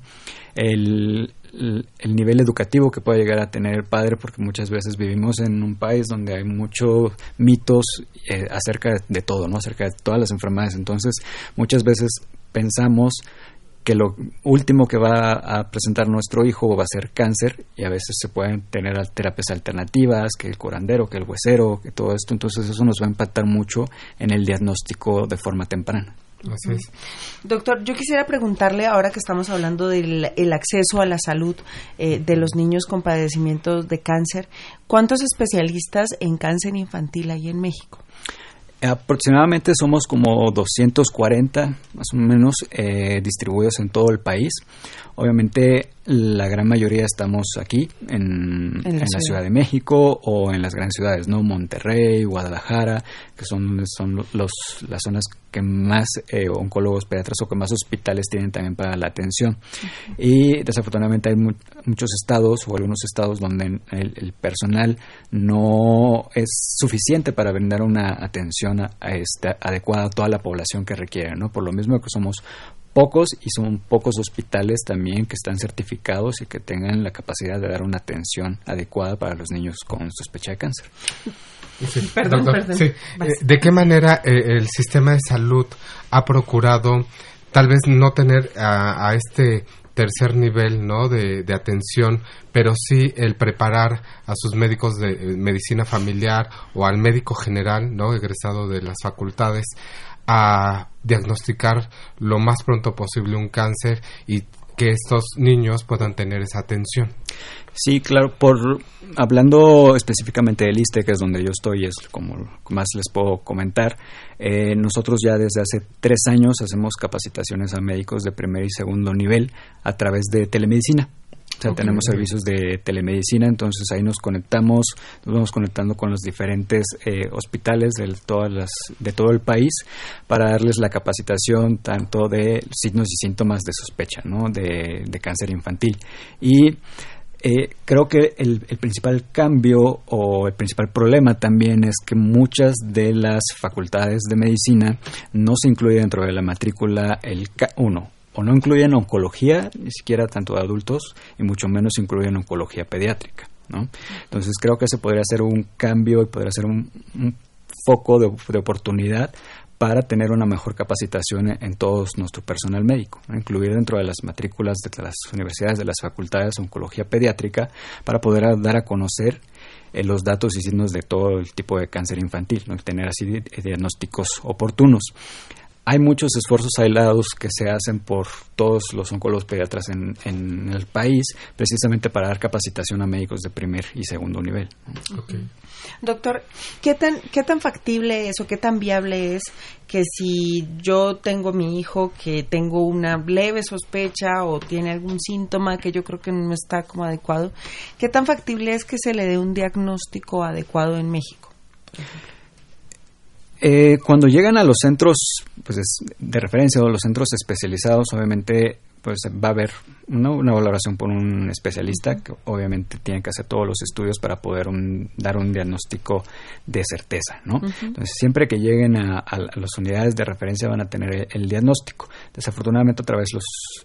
el, el, el nivel educativo que puede llegar a tener el padre, porque muchas veces vivimos en un país donde hay muchos mitos eh, acerca de todo, ¿no? Acerca de todas las enfermedades. Entonces, muchas veces pensamos que lo último que va a presentar nuestro hijo va a ser cáncer, y a veces se pueden tener terapias alternativas, que el curandero, que el huesero, que todo esto. Entonces, eso nos va a impactar mucho en el diagnóstico de forma temprana. Así es. Doctor, yo quisiera preguntarle, ahora que estamos hablando del el acceso a la salud eh, de los niños con padecimientos de cáncer, ¿cuántos especialistas en cáncer infantil hay en México? Aproximadamente somos como doscientos cuarenta, más o menos, eh, distribuidos en todo el país. Obviamente, la gran mayoría estamos aquí, en, en, la, en ciudad. la Ciudad de México o en las grandes ciudades, ¿no? Monterrey, Guadalajara, que son, son los, las zonas que más eh, oncólogos pediatras o que más hospitales tienen también para la atención. Uh-huh. Y desafortunadamente hay mu- muchos estados o algunos estados donde el, el personal no es suficiente para brindar una atención a, a esta, adecuada a toda la población que requiere, ¿no? Por lo mismo que somos pocos y son pocos hospitales también que están certificados y que tengan la capacidad de dar una atención adecuada para los niños con sospecha de cáncer. Sí, perdón, doctor, perdón. Sí. ¿De qué manera eh, el sistema de salud ha procurado tal vez no tener a, a este tercer nivel, ¿no?, de, de atención, pero sí el preparar a sus médicos de eh, medicina familiar o al médico general, ¿no?, egresado de las facultades, a diagnosticar lo más pronto posible un cáncer y que estos niños puedan tener esa atención? Sí, claro. Por hablando específicamente del ISSSTE, que es donde yo estoy, es como más les puedo comentar. Eh, nosotros ya desde hace tres años hacemos capacitaciones a médicos de primer y segundo nivel a través de telemedicina. O sea, okay, tenemos okay. servicios de telemedicina, entonces ahí nos conectamos, nos vamos conectando con los diferentes eh, hospitales de todas las, de todo el país para darles la capacitación tanto de signos y síntomas de sospecha, ¿no?, de, de cáncer infantil. Y eh, creo que el, el principal cambio o el principal problema también es que muchas de las facultades de medicina no se incluyen dentro de la matrícula el K uno. O no incluyen oncología, ni siquiera tanto de adultos, y mucho menos incluyen oncología pediátrica, ¿no? Entonces creo que ese podría ser un cambio y podría ser un, un foco de, de oportunidad para tener una mejor capacitación en, en todo nuestro personal médico, ¿no? Incluir dentro de las matrículas de las universidades, de las facultades, oncología pediátrica, para poder a, dar a conocer eh, los datos y signos de todo el tipo de cáncer infantil, ¿no? Tener así de, de diagnósticos oportunos. hay muchos esfuerzos aislados que se hacen por todos los oncólogos pediatras en, en el país, precisamente para dar capacitación a médicos de primer y segundo nivel. Okay. Doctor, ¿qué tan, qué tan factible es o qué tan viable es que si yo tengo a mi hijo que tengo una leve sospecha o tiene algún síntoma que yo creo que no está como adecuado, qué tan factible es que se le dé un diagnóstico adecuado en México? Eh, cuando llegan a los centros pues, de referencia o los centros especializados, obviamente pues va a haber una, una valoración por un especialista que obviamente tiene que hacer todos los estudios para poder un, dar un diagnóstico de certeza, ¿no? Uh-huh. Entonces, siempre que lleguen a, a las unidades de referencia van a tener el, el diagnóstico. Desafortunadamente, otra vez los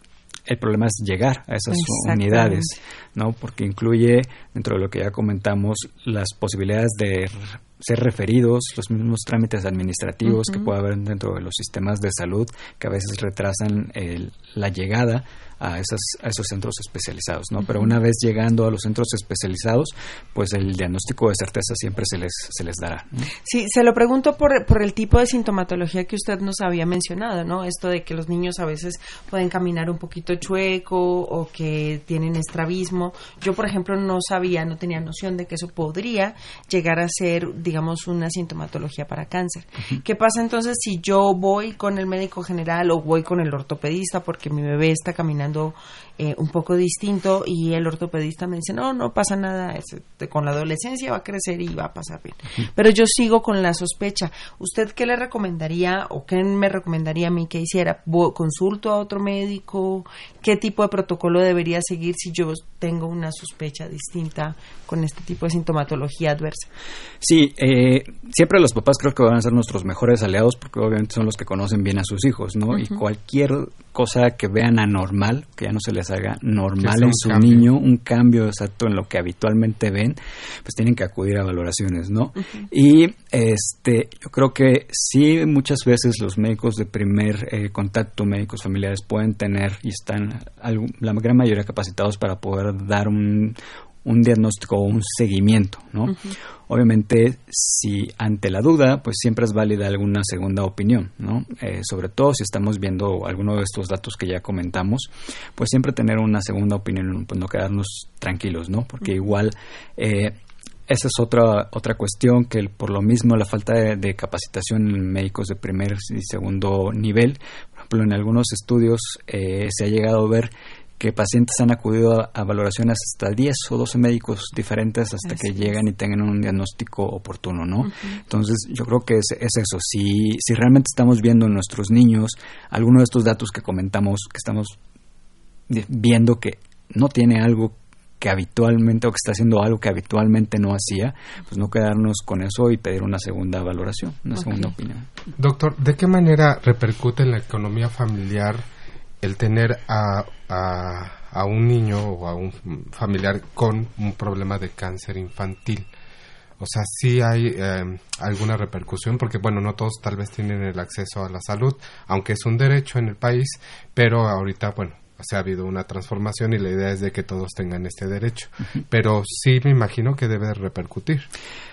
el problema es llegar a esas unidades, ¿no? Porque incluye, dentro de lo que ya comentamos, las posibilidades de ser referidos, los mismos trámites administrativos uh-huh. que puede haber dentro de los sistemas de salud, que a veces retrasan el, la llegada a, esas, a esos centros especializados, ¿no? Uh-huh. Pero una vez llegando a los centros especializados, pues el diagnóstico de certeza siempre se les se les dará, ¿no? Sí, se lo pregunto por, por el tipo de sintomatología que usted nos había mencionado, ¿no? Esto de que los niños a veces pueden caminar un poquito chueco o que tienen estrabismo. Yo, por ejemplo, no sabía, no tenía noción de que eso podría llegar a ser, digamos, una sintomatología para cáncer. Uh-huh. ¿Qué pasa entonces si yo voy con el médico general o voy con el ortopedista porque mi bebé está caminando eh, un poco distinto y el ortopedista me dice, no, no pasa nada, es, con la adolescencia va a crecer y va a pasar bien? Uh-huh. Pero yo sigo con la sospecha. ¿Usted qué le recomendaría o qué me recomendaría a mí que hiciera? ¿Consulto a otro médico? ¿Qué tipo de protocolo debería seguir si yo tengo una sospecha distinta con este tipo de sintomatología adversa? Sí, eh, siempre los papás creo que van a ser nuestros mejores aliados porque obviamente son los que conocen bien a sus hijos, ¿no? Uh-huh. Y cualquier cosa que vean anormal, que ya no se les haga normal en su cambio. niño, un cambio exacto en lo que habitualmente ven, pues tienen que acudir a valoraciones, ¿no? Uh-huh. Y este, yo creo que sí, muchas veces los médicos de primer eh, contacto, médicos familiares, pueden tener y están algo, la gran mayoría capacitados para poder dar un un diagnóstico o un seguimiento, ¿no? Uh-huh. Obviamente, si ante la duda, pues siempre es válida alguna segunda opinión, ¿no? Eh, sobre todo si estamos viendo alguno de estos datos que ya comentamos, pues siempre tener una segunda opinión, pues no quedarnos tranquilos, ¿no? Porque uh-huh. igual eh, esa es otra otra cuestión que por lo mismo la falta de, de capacitación en médicos de primer y segundo nivel, por ejemplo, en algunos estudios eh, se ha llegado a ver que pacientes han acudido a, a valoraciones hasta diez o doce médicos diferentes hasta Así que llegan y tengan un diagnóstico oportuno, ¿no? Uh-huh. Entonces, yo creo que es, es eso. Si, si realmente estamos viendo en nuestros niños alguno de estos datos que comentamos, que estamos viendo que no tiene algo que habitualmente, o que está haciendo algo que habitualmente no hacía, pues no quedarnos con eso y pedir una segunda valoración, una okay. segunda opinión. Doctor, ¿de qué manera repercute en la economía familiar el tener a, a, a un niño o a un familiar con un problema de cáncer infantil? O sea, sí hay eh, alguna repercusión, porque bueno, no todos tal vez tienen el acceso a la salud, aunque es un derecho en el país, pero ahorita, bueno, o sea, ha habido una transformación y la idea es de que todos tengan este derecho. Uh-huh. Pero sí me imagino que debe repercutir.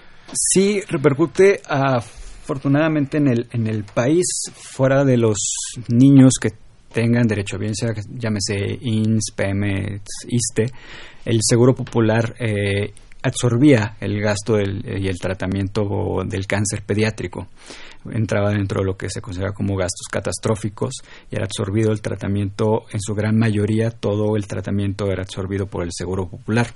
Sí, repercute afortunadamente en el, en el país, fuera de los niños que tengan derecho, bien sea, llámese I N S S, P M S, ISSSTE, el Seguro Popular eh, absorbía el gasto del, y el tratamiento del cáncer pediátrico. Entraba dentro de lo que se considera como gastos catastróficos y era absorbido el tratamiento, en su gran mayoría, todo el tratamiento era absorbido por el Seguro Popular.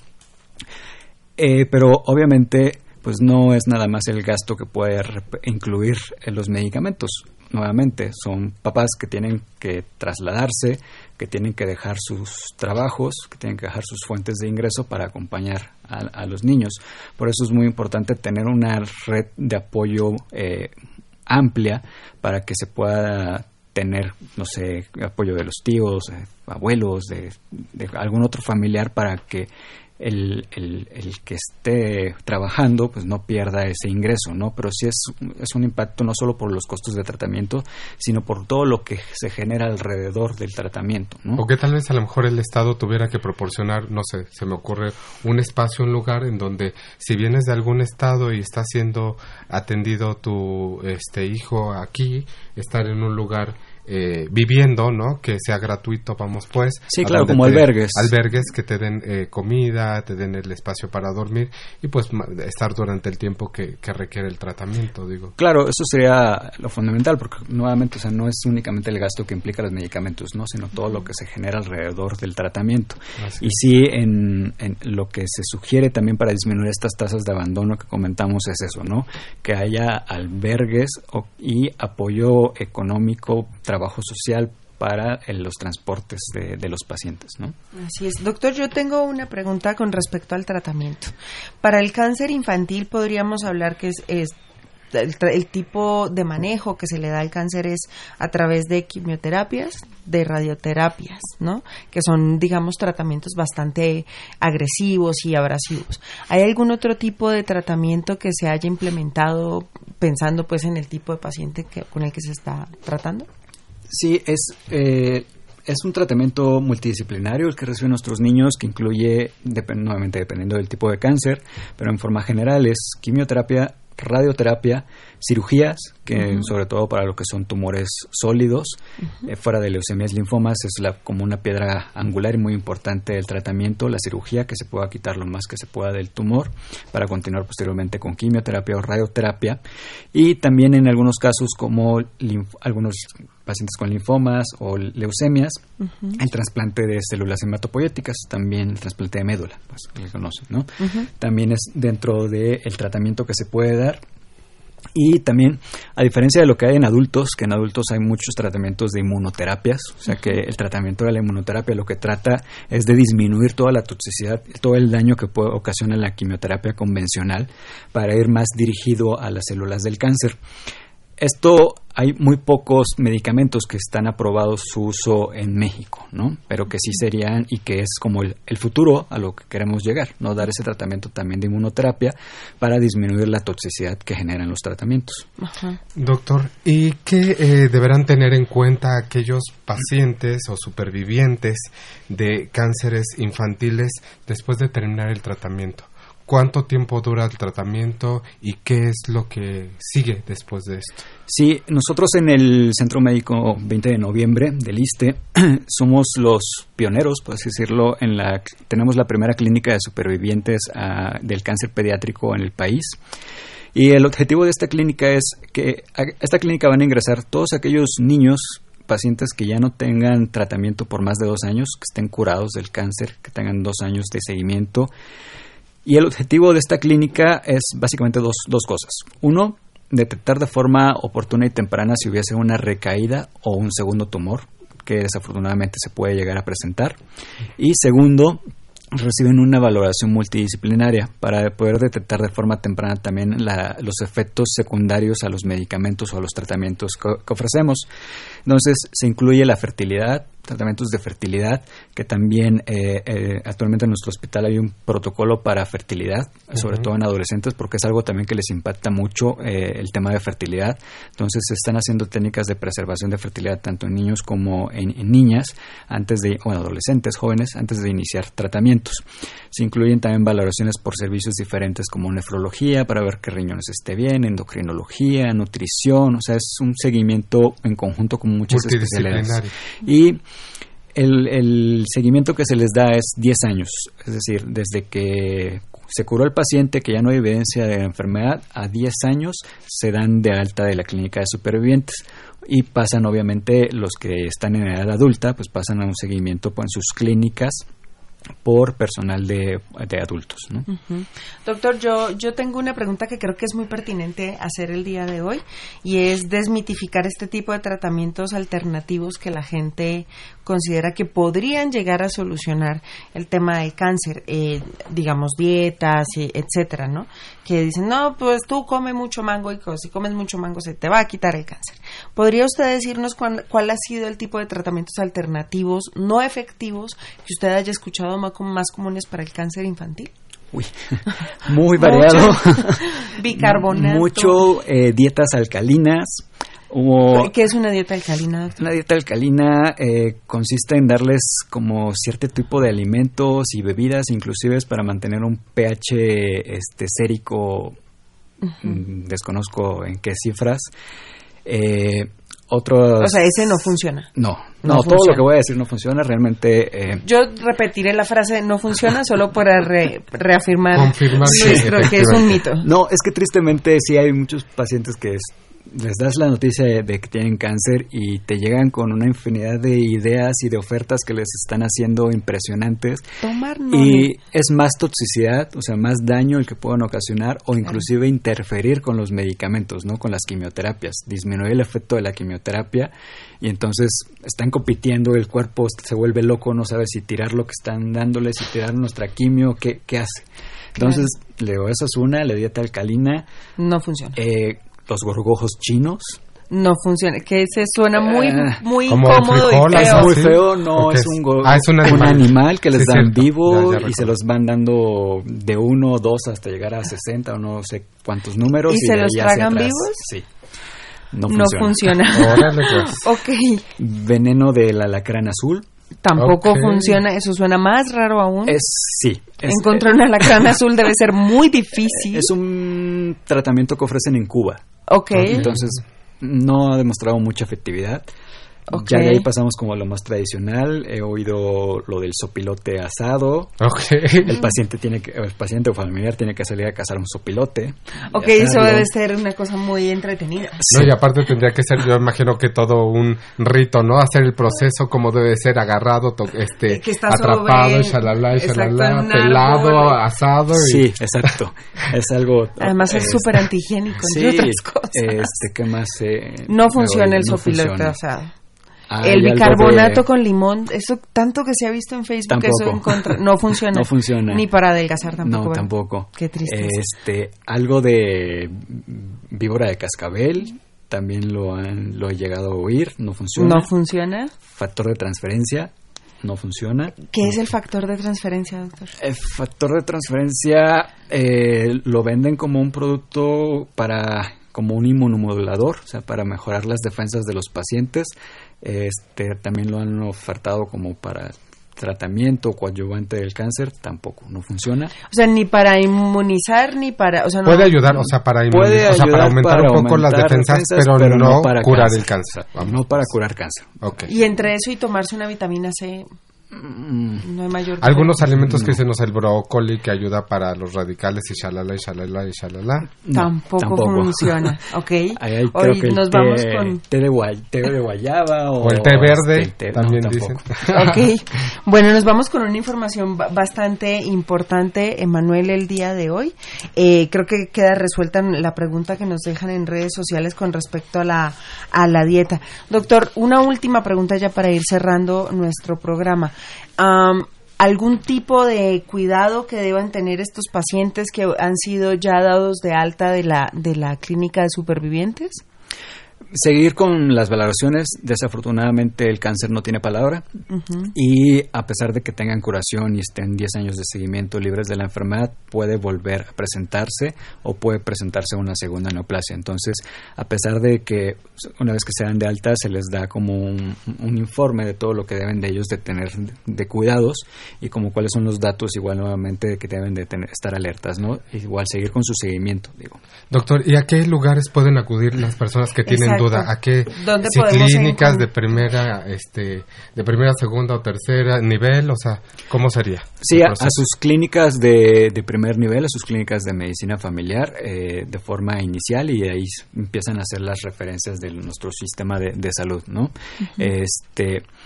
Eh, pero obviamente, pues no es nada más el gasto que puede rep- incluir en los medicamentos. Nuevamente, son papás que tienen que trasladarse, que tienen que dejar sus trabajos, que tienen que dejar sus fuentes de ingreso para acompañar a, a los niños. Por eso es muy importante tener una red de apoyo eh, amplia para que se pueda tener, no sé, apoyo de los tíos, eh, abuelos, de, de algún otro familiar para que el, el, el que esté trabajando pues no pierda ese ingreso, ¿no? Pero sí es, es un impacto no solo por los costos de tratamiento, sino por todo lo que se genera alrededor del tratamiento, ¿no? O que tal vez a lo mejor el Estado tuviera que proporcionar, no sé, se me ocurre un espacio, un lugar en donde si vienes de algún estado y está siendo atendido tu este hijo aquí, estar en un lugar eh, viviendo, ¿no? Que sea gratuito, vamos pues. Sí, claro, como albergues. Albergues que te den eh, comida, te den el espacio para dormir y pues ma- estar durante el tiempo que, que requiere el tratamiento, digo. Claro, eso sería lo fundamental, porque nuevamente, o sea, no es únicamente el gasto que implica los medicamentos, ¿no? Sino todo lo que se genera alrededor del tratamiento. Así. Y sí, en, en lo que se sugiere también para disminuir estas tasas de abandono que comentamos es eso, ¿no? Que haya albergues o, y apoyo económico, trabajo social para el, los transportes de, de los pacientes, ¿no? Así es. Doctor, yo tengo una pregunta con respecto al tratamiento. Para el cáncer infantil podríamos hablar que es, es el, el tipo de manejo que se le da al cáncer es a través de quimioterapias, de radioterapias, ¿no? Que son, digamos, tratamientos bastante agresivos y abrasivos. ¿Hay algún otro tipo de tratamiento que se haya implementado pensando pues en el tipo de paciente que, con el que se está tratando? Sí, es eh, es un tratamiento multidisciplinario el que reciben nuestros niños, que incluye, dep- nuevamente dependiendo del tipo de cáncer, pero en forma general es quimioterapia, radioterapia, cirugías, que uh-huh. sobre todo para lo que son tumores sólidos, uh-huh. eh, fuera de leucemias, linfomas, es la, como una piedra angular y muy importante del tratamiento, la cirugía, que se pueda quitar lo más que se pueda del tumor, para continuar posteriormente con quimioterapia o radioterapia, y también en algunos casos como linf- algunos pacientes con linfomas o leucemias, uh-huh. el trasplante de células hematopoyéticas, también el trasplante de médula, pues que se conoce, ¿no? Uh-huh. También es dentro del tratamiento que se puede dar. Y también, a diferencia de lo que hay en adultos, que en adultos hay muchos tratamientos de inmunoterapias, o sea que el tratamiento de la inmunoterapia lo que trata es de disminuir toda la toxicidad, todo el daño que puede ocasionar la quimioterapia convencional para ir más dirigido a las células del cáncer. Esto, hay muy pocos medicamentos que están aprobados su uso en México, ¿no? Pero que sí serían, y que es como el, el futuro a lo que queremos llegar, ¿no? Dar ese tratamiento también de inmunoterapia para disminuir la toxicidad que generan los tratamientos. Ajá. Doctor, ¿y qué eh, deberán tener en cuenta aquellos pacientes o supervivientes de cánceres infantiles después de terminar el tratamiento? ¿Cuánto tiempo dura el tratamiento y qué es lo que sigue después de esto? Sí, nosotros en el Centro Médico veinte de noviembre del ISSSTE somos los pioneros, por así decirlo, en la tenemos la primera clínica de supervivientes uh, del cáncer pediátrico en el país. Y el objetivo de esta clínica es que a esta clínica van a ingresar todos aquellos niños, pacientes que ya no tengan tratamiento por más de dos años, que estén curados del cáncer, que tengan dos años de seguimiento. Y el objetivo de esta clínica es básicamente dos, dos cosas. Uno, detectar de forma oportuna y temprana si hubiese una recaída o un segundo tumor, que desafortunadamente se puede llegar a presentar. Y segundo, reciben una valoración multidisciplinaria para poder detectar de forma temprana también la, los efectos secundarios a los medicamentos o a los tratamientos que, que ofrecemos. Entonces, se incluye la fertilidad, tratamientos de fertilidad, que también eh, eh, actualmente en nuestro hospital hay un protocolo para fertilidad, uh-huh. sobre todo en adolescentes, porque es algo también que les impacta mucho eh, el tema de fertilidad. Entonces, se están haciendo técnicas de preservación de fertilidad tanto en niños como en, en niñas, antes de, o en adolescentes, jóvenes, antes de iniciar tratamientos. Se incluyen también valoraciones por servicios diferentes como nefrología, para ver qué riñones esté bien, endocrinología, nutrición, o sea, es un seguimiento en conjunto con muchas especialidades. Y el, el seguimiento que se les da es diez años, es decir, desde que se curó el paciente, que ya no hay evidencia de la enfermedad, a diez años se dan de alta de la clínica de supervivientes. Y pasan, obviamente, los que están en edad adulta, pues pasan a un seguimiento pues, en sus clínicas por personal de, de adultos, ¿no? Uh-huh. Doctor, yo, yo tengo una pregunta que creo que es muy pertinente hacer el día de hoy, y es desmitificar este tipo de tratamientos alternativos que la gente considera que podrían llegar a solucionar el tema del cáncer, eh, digamos dietas, etcétera, ¿no? Que dicen, no, pues tú come mucho mango y si comes mucho mango se te va a quitar el cáncer. ¿Podría usted decirnos cuál, cuál ha sido el tipo de tratamientos alternativos no efectivos que usted haya escuchado más, más comunes para el cáncer infantil? Uy, muy variado. Bicarbonato. Mucho eh, dietas alcalinas. O ¿qué es una dieta alcalina, doctor? Una dieta alcalina eh, consiste en darles como cierto tipo de alimentos y bebidas, inclusive para mantener un pH este, sérico, uh-huh. desconozco en qué cifras. Eh, otros, o sea, ese no funciona. No, no, no todo lo que voy a decir no funciona, realmente. Eh, Yo repetiré la frase no funciona solo para re, reafirmar confirmar nuestro, que es un mito. No, es que tristemente sí hay muchos pacientes que es, les das la noticia de, de que tienen cáncer y te llegan con una infinidad de ideas y de ofertas que les están haciendo impresionantes. Tomar no. Y es más toxicidad, o sea, más daño el que pueden ocasionar o inclusive interferir con los medicamentos, ¿no? Con las quimioterapias, disminuir el efecto de la quimioterapia y entonces están compitiendo, el cuerpo se vuelve loco, no sabe si tirar lo que están dándole, si tirar nuestra quimio, ¿qué, qué hace? Entonces, claro. Le digo, eso es una, la dieta alcalina. No funciona. Eh, los gorgojos chinos. No funciona, que se suena muy uh, muy incómodo frijol, y feo. Es muy feo, no, okay. es, un, go- ah, es un animal, un animal que les sí, dan cierto. vivo ya, ya y se los van dando de uno, dos hasta llegar a sesenta o no sé cuántos números. ¿Y, y se de los ahí tragan atrás, vivos? Sí. No, no funciona. funciona. Órale, pues. Ok. Veneno del alacrán azul. Tampoco okay. funciona, eso suena más raro aún. Es, sí. Es, Encontrar un alacrán azul debe ser muy difícil. Es un tratamiento que ofrecen en Cuba. Ok. Entonces, no ha demostrado mucha efectividad. Okay. Ya de ahí pasamos como a lo más tradicional. He oído lo del sopilote asado. Okay. El paciente tiene que, el paciente o familiar tiene que salir a cazar un sopilote. Ok, eso debe ser una cosa muy entretenida. Sí. No, y aparte tendría que ser, yo imagino que todo un rito, ¿no? Hacer el proceso como debe ser, agarrado, to- este, atrapado, sobre, shalala, shalala, pelado, árbol. Asado. Y... Sí, exacto. Es algo... Además es súper antihigiénico, sí, entre otras cosas. Este, ¿qué más? Eh, no funciona el no sopilote funciona. asado. Hay el bicarbonato de... con limón, eso tanto que se ha visto en Facebook, tampoco. eso en contra, no funciona. No funciona. Ni para adelgazar tampoco. No, ¿verdad? tampoco. Qué triste. Este, algo de víbora de cascabel, también lo han, lo he llegado a oír, no funciona. No funciona. Factor de transferencia, no funciona. ¿Qué es el factor de transferencia, doctor? El factor de transferencia eh, lo venden como un producto para, como un inmunomodulador, o sea, para mejorar las defensas de los pacientes. Este, también lo han ofertado como para tratamiento coadyuvante del cáncer, tampoco, no funciona. O sea, ni para inmunizar, ni para... O sea, no, puede ayudar, o sea, para inmunizar, o sea, para aumentar para un poco las defensas, defensas pero, pero no, no para curar cáncer. el cáncer. Vamos. No para curar cáncer. Okay. Y entre eso y tomarse una vitamina C... No hay mayor algunos problema. Alimentos no. que dicen, no sé, el brócoli que ayuda para los radicales y shalala y shalala y shalala. No, tampoco, tampoco funciona, ¿ok? Ahí, Hoy que nos té, vamos con té de, guay, té de guayaba o, o el té verde, el té, también no, dicen. Ok, bueno, nos vamos con una información bastante importante, Emanuel, el día de hoy. Eh, creo que queda resuelta la pregunta que nos dejan en redes sociales con respecto a la a la dieta. Doctor, una última pregunta ya para ir cerrando nuestro programa. Um, ¿Algún tipo de cuidado que deban tener estos pacientes que han sido ya dados de alta de la de la clínica de supervivientes? Seguir con las valoraciones. Desafortunadamente el cáncer no tiene palabra, uh-huh. y a pesar de que tengan curación y estén diez años de seguimiento libres de la enfermedad, puede volver a presentarse o puede presentarse una segunda neoplasia. Entonces, a pesar de que una vez que se dan de alta se les da como un, un informe de todo lo que deben de ellos de tener de cuidados y como cuáles son los datos igual nuevamente de que deben de tener, estar alertas, ¿no? Igual seguir con su seguimiento, digo. Doctor, ¿y a qué lugares pueden acudir las personas que tienen Exacto. duda? ¿A qué si clínicas de primera, este, de primera, segunda o tercera nivel? O sea, ¿cómo sería? Sí, a, a sus clínicas de, de primer nivel, a sus clínicas de medicina familiar, eh, de forma inicial, y ahí empiezan a hacer las referencias de nuestro sistema de, de salud, ¿no? Uh-huh. Este...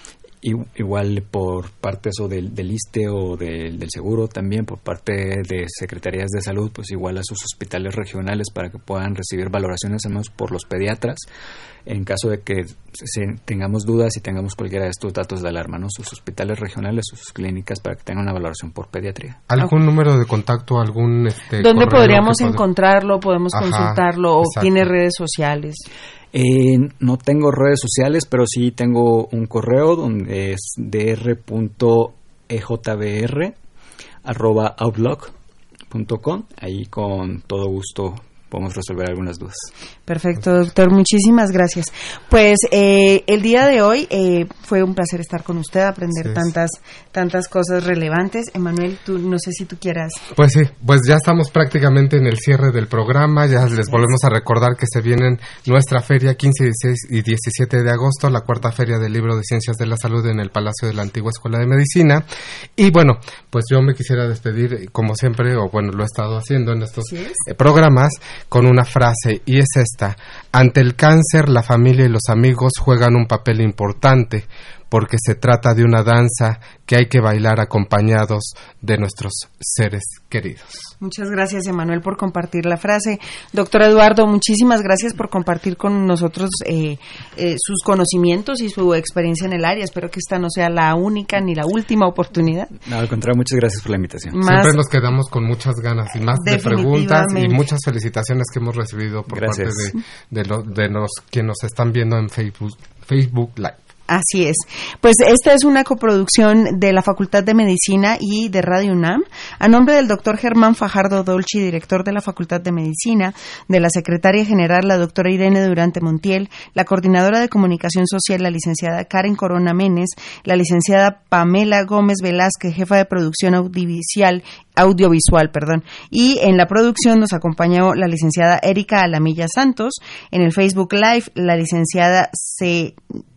igual por parte eso del, del I S S S T E o del, del seguro, también por parte de secretarías de salud, pues igual a sus hospitales regionales para que puedan recibir valoraciones al menos por los pediatras en caso de que se, tengamos dudas y tengamos cualquiera de estos datos de alarma, ¿no? Sus hospitales regionales o sus clínicas para que tengan una valoración por pediatría. ¿Algún okay. número de contacto, algún este, ¿Dónde podríamos encontrarlo? ¿Podemos Ajá, consultarlo? ¿O exacto. tiene redes sociales? Eh, no tengo redes sociales, pero sí tengo un correo donde es dr punto e j b r arroba outlook punto com. Ahí con todo gusto podemos resolver algunas dudas. Perfecto, doctor, muchísimas gracias. Pues eh, el día de hoy eh, fue un placer estar con usted, aprender sí, tantas tantas cosas relevantes. Emanuel, tú no sé si tú quieras. Pues sí, pues ya estamos prácticamente en el cierre del programa, ya les volvemos a recordar que se vienen nuestra feria quince, dieciséis y diecisiete de agosto, la cuarta feria del libro de Ciencias de la Salud en el Palacio de la Antigua Escuela de Medicina. Y bueno, pues yo me quisiera despedir, como siempre, o bueno, lo he estado haciendo en estos ¿Sí eh, programas, con una frase, y es esta: ante el cáncer, la familia y los amigos juegan un papel importante, porque se trata de una danza que hay que bailar acompañados de nuestros seres queridos. Muchas gracias, Emanuel, por compartir la frase. Doctor Eduardo, muchísimas gracias por compartir con nosotros eh, eh, sus conocimientos y su experiencia en el área. Espero que esta no sea la única ni la última oportunidad. No, al contrario, muchas gracias por la invitación. Más, Siempre nos quedamos con muchas ganas y más de preguntas y muchas felicitaciones que hemos recibido por gracias. parte de, de, lo, de los que nos están viendo en Facebook, Facebook Live. Así es. Pues esta es una coproducción de la Facultad de Medicina y de Radio UNAM, a nombre del doctor Germán Fajardo Dolci, director de la Facultad de Medicina, de la secretaria general, la doctora Irene Durante Montiel, la coordinadora de comunicación social, la licenciada Karen Corona Menes, la licenciada Pamela Gómez Velázquez, jefa de producción audiovisual, audiovisual, perdón, y en la producción nos acompañó la licenciada Erika Alamilla Santos, en el Facebook Live la licenciada C.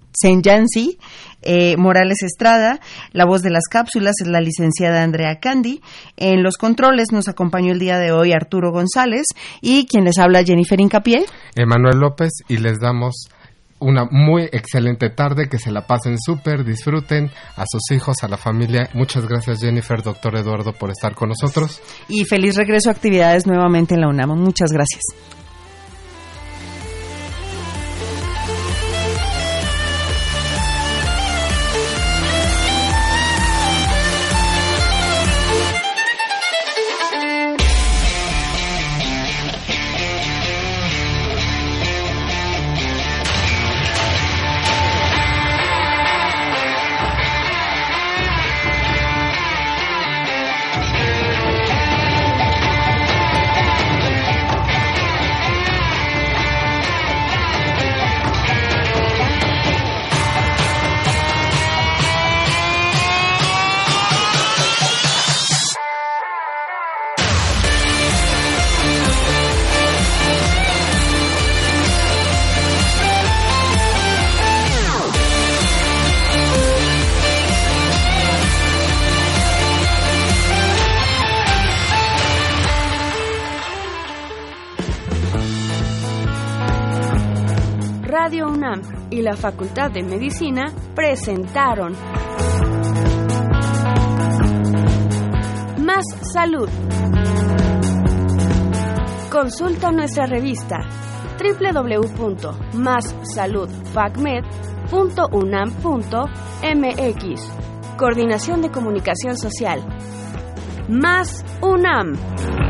Senyansi eh, Morales Estrada, la voz de las cápsulas es la licenciada Andrea Candy, en los controles nos acompañó el día de hoy Arturo González y quien les habla Jennifer Incapié, Emanuel López, y les damos una muy excelente tarde, que se la pasen súper, disfruten a sus hijos, a la familia. Muchas gracias, Jennifer, doctor Eduardo, por estar con nosotros. Y feliz regreso a actividades nuevamente en la UNAM. Muchas gracias. Radio UNAM y la Facultad de Medicina presentaron Más Salud. Consulta nuestra revista doble u doble u doble u punto más salud facmed punto unam punto m x. Coordinación de Comunicación Social. Más UNAM.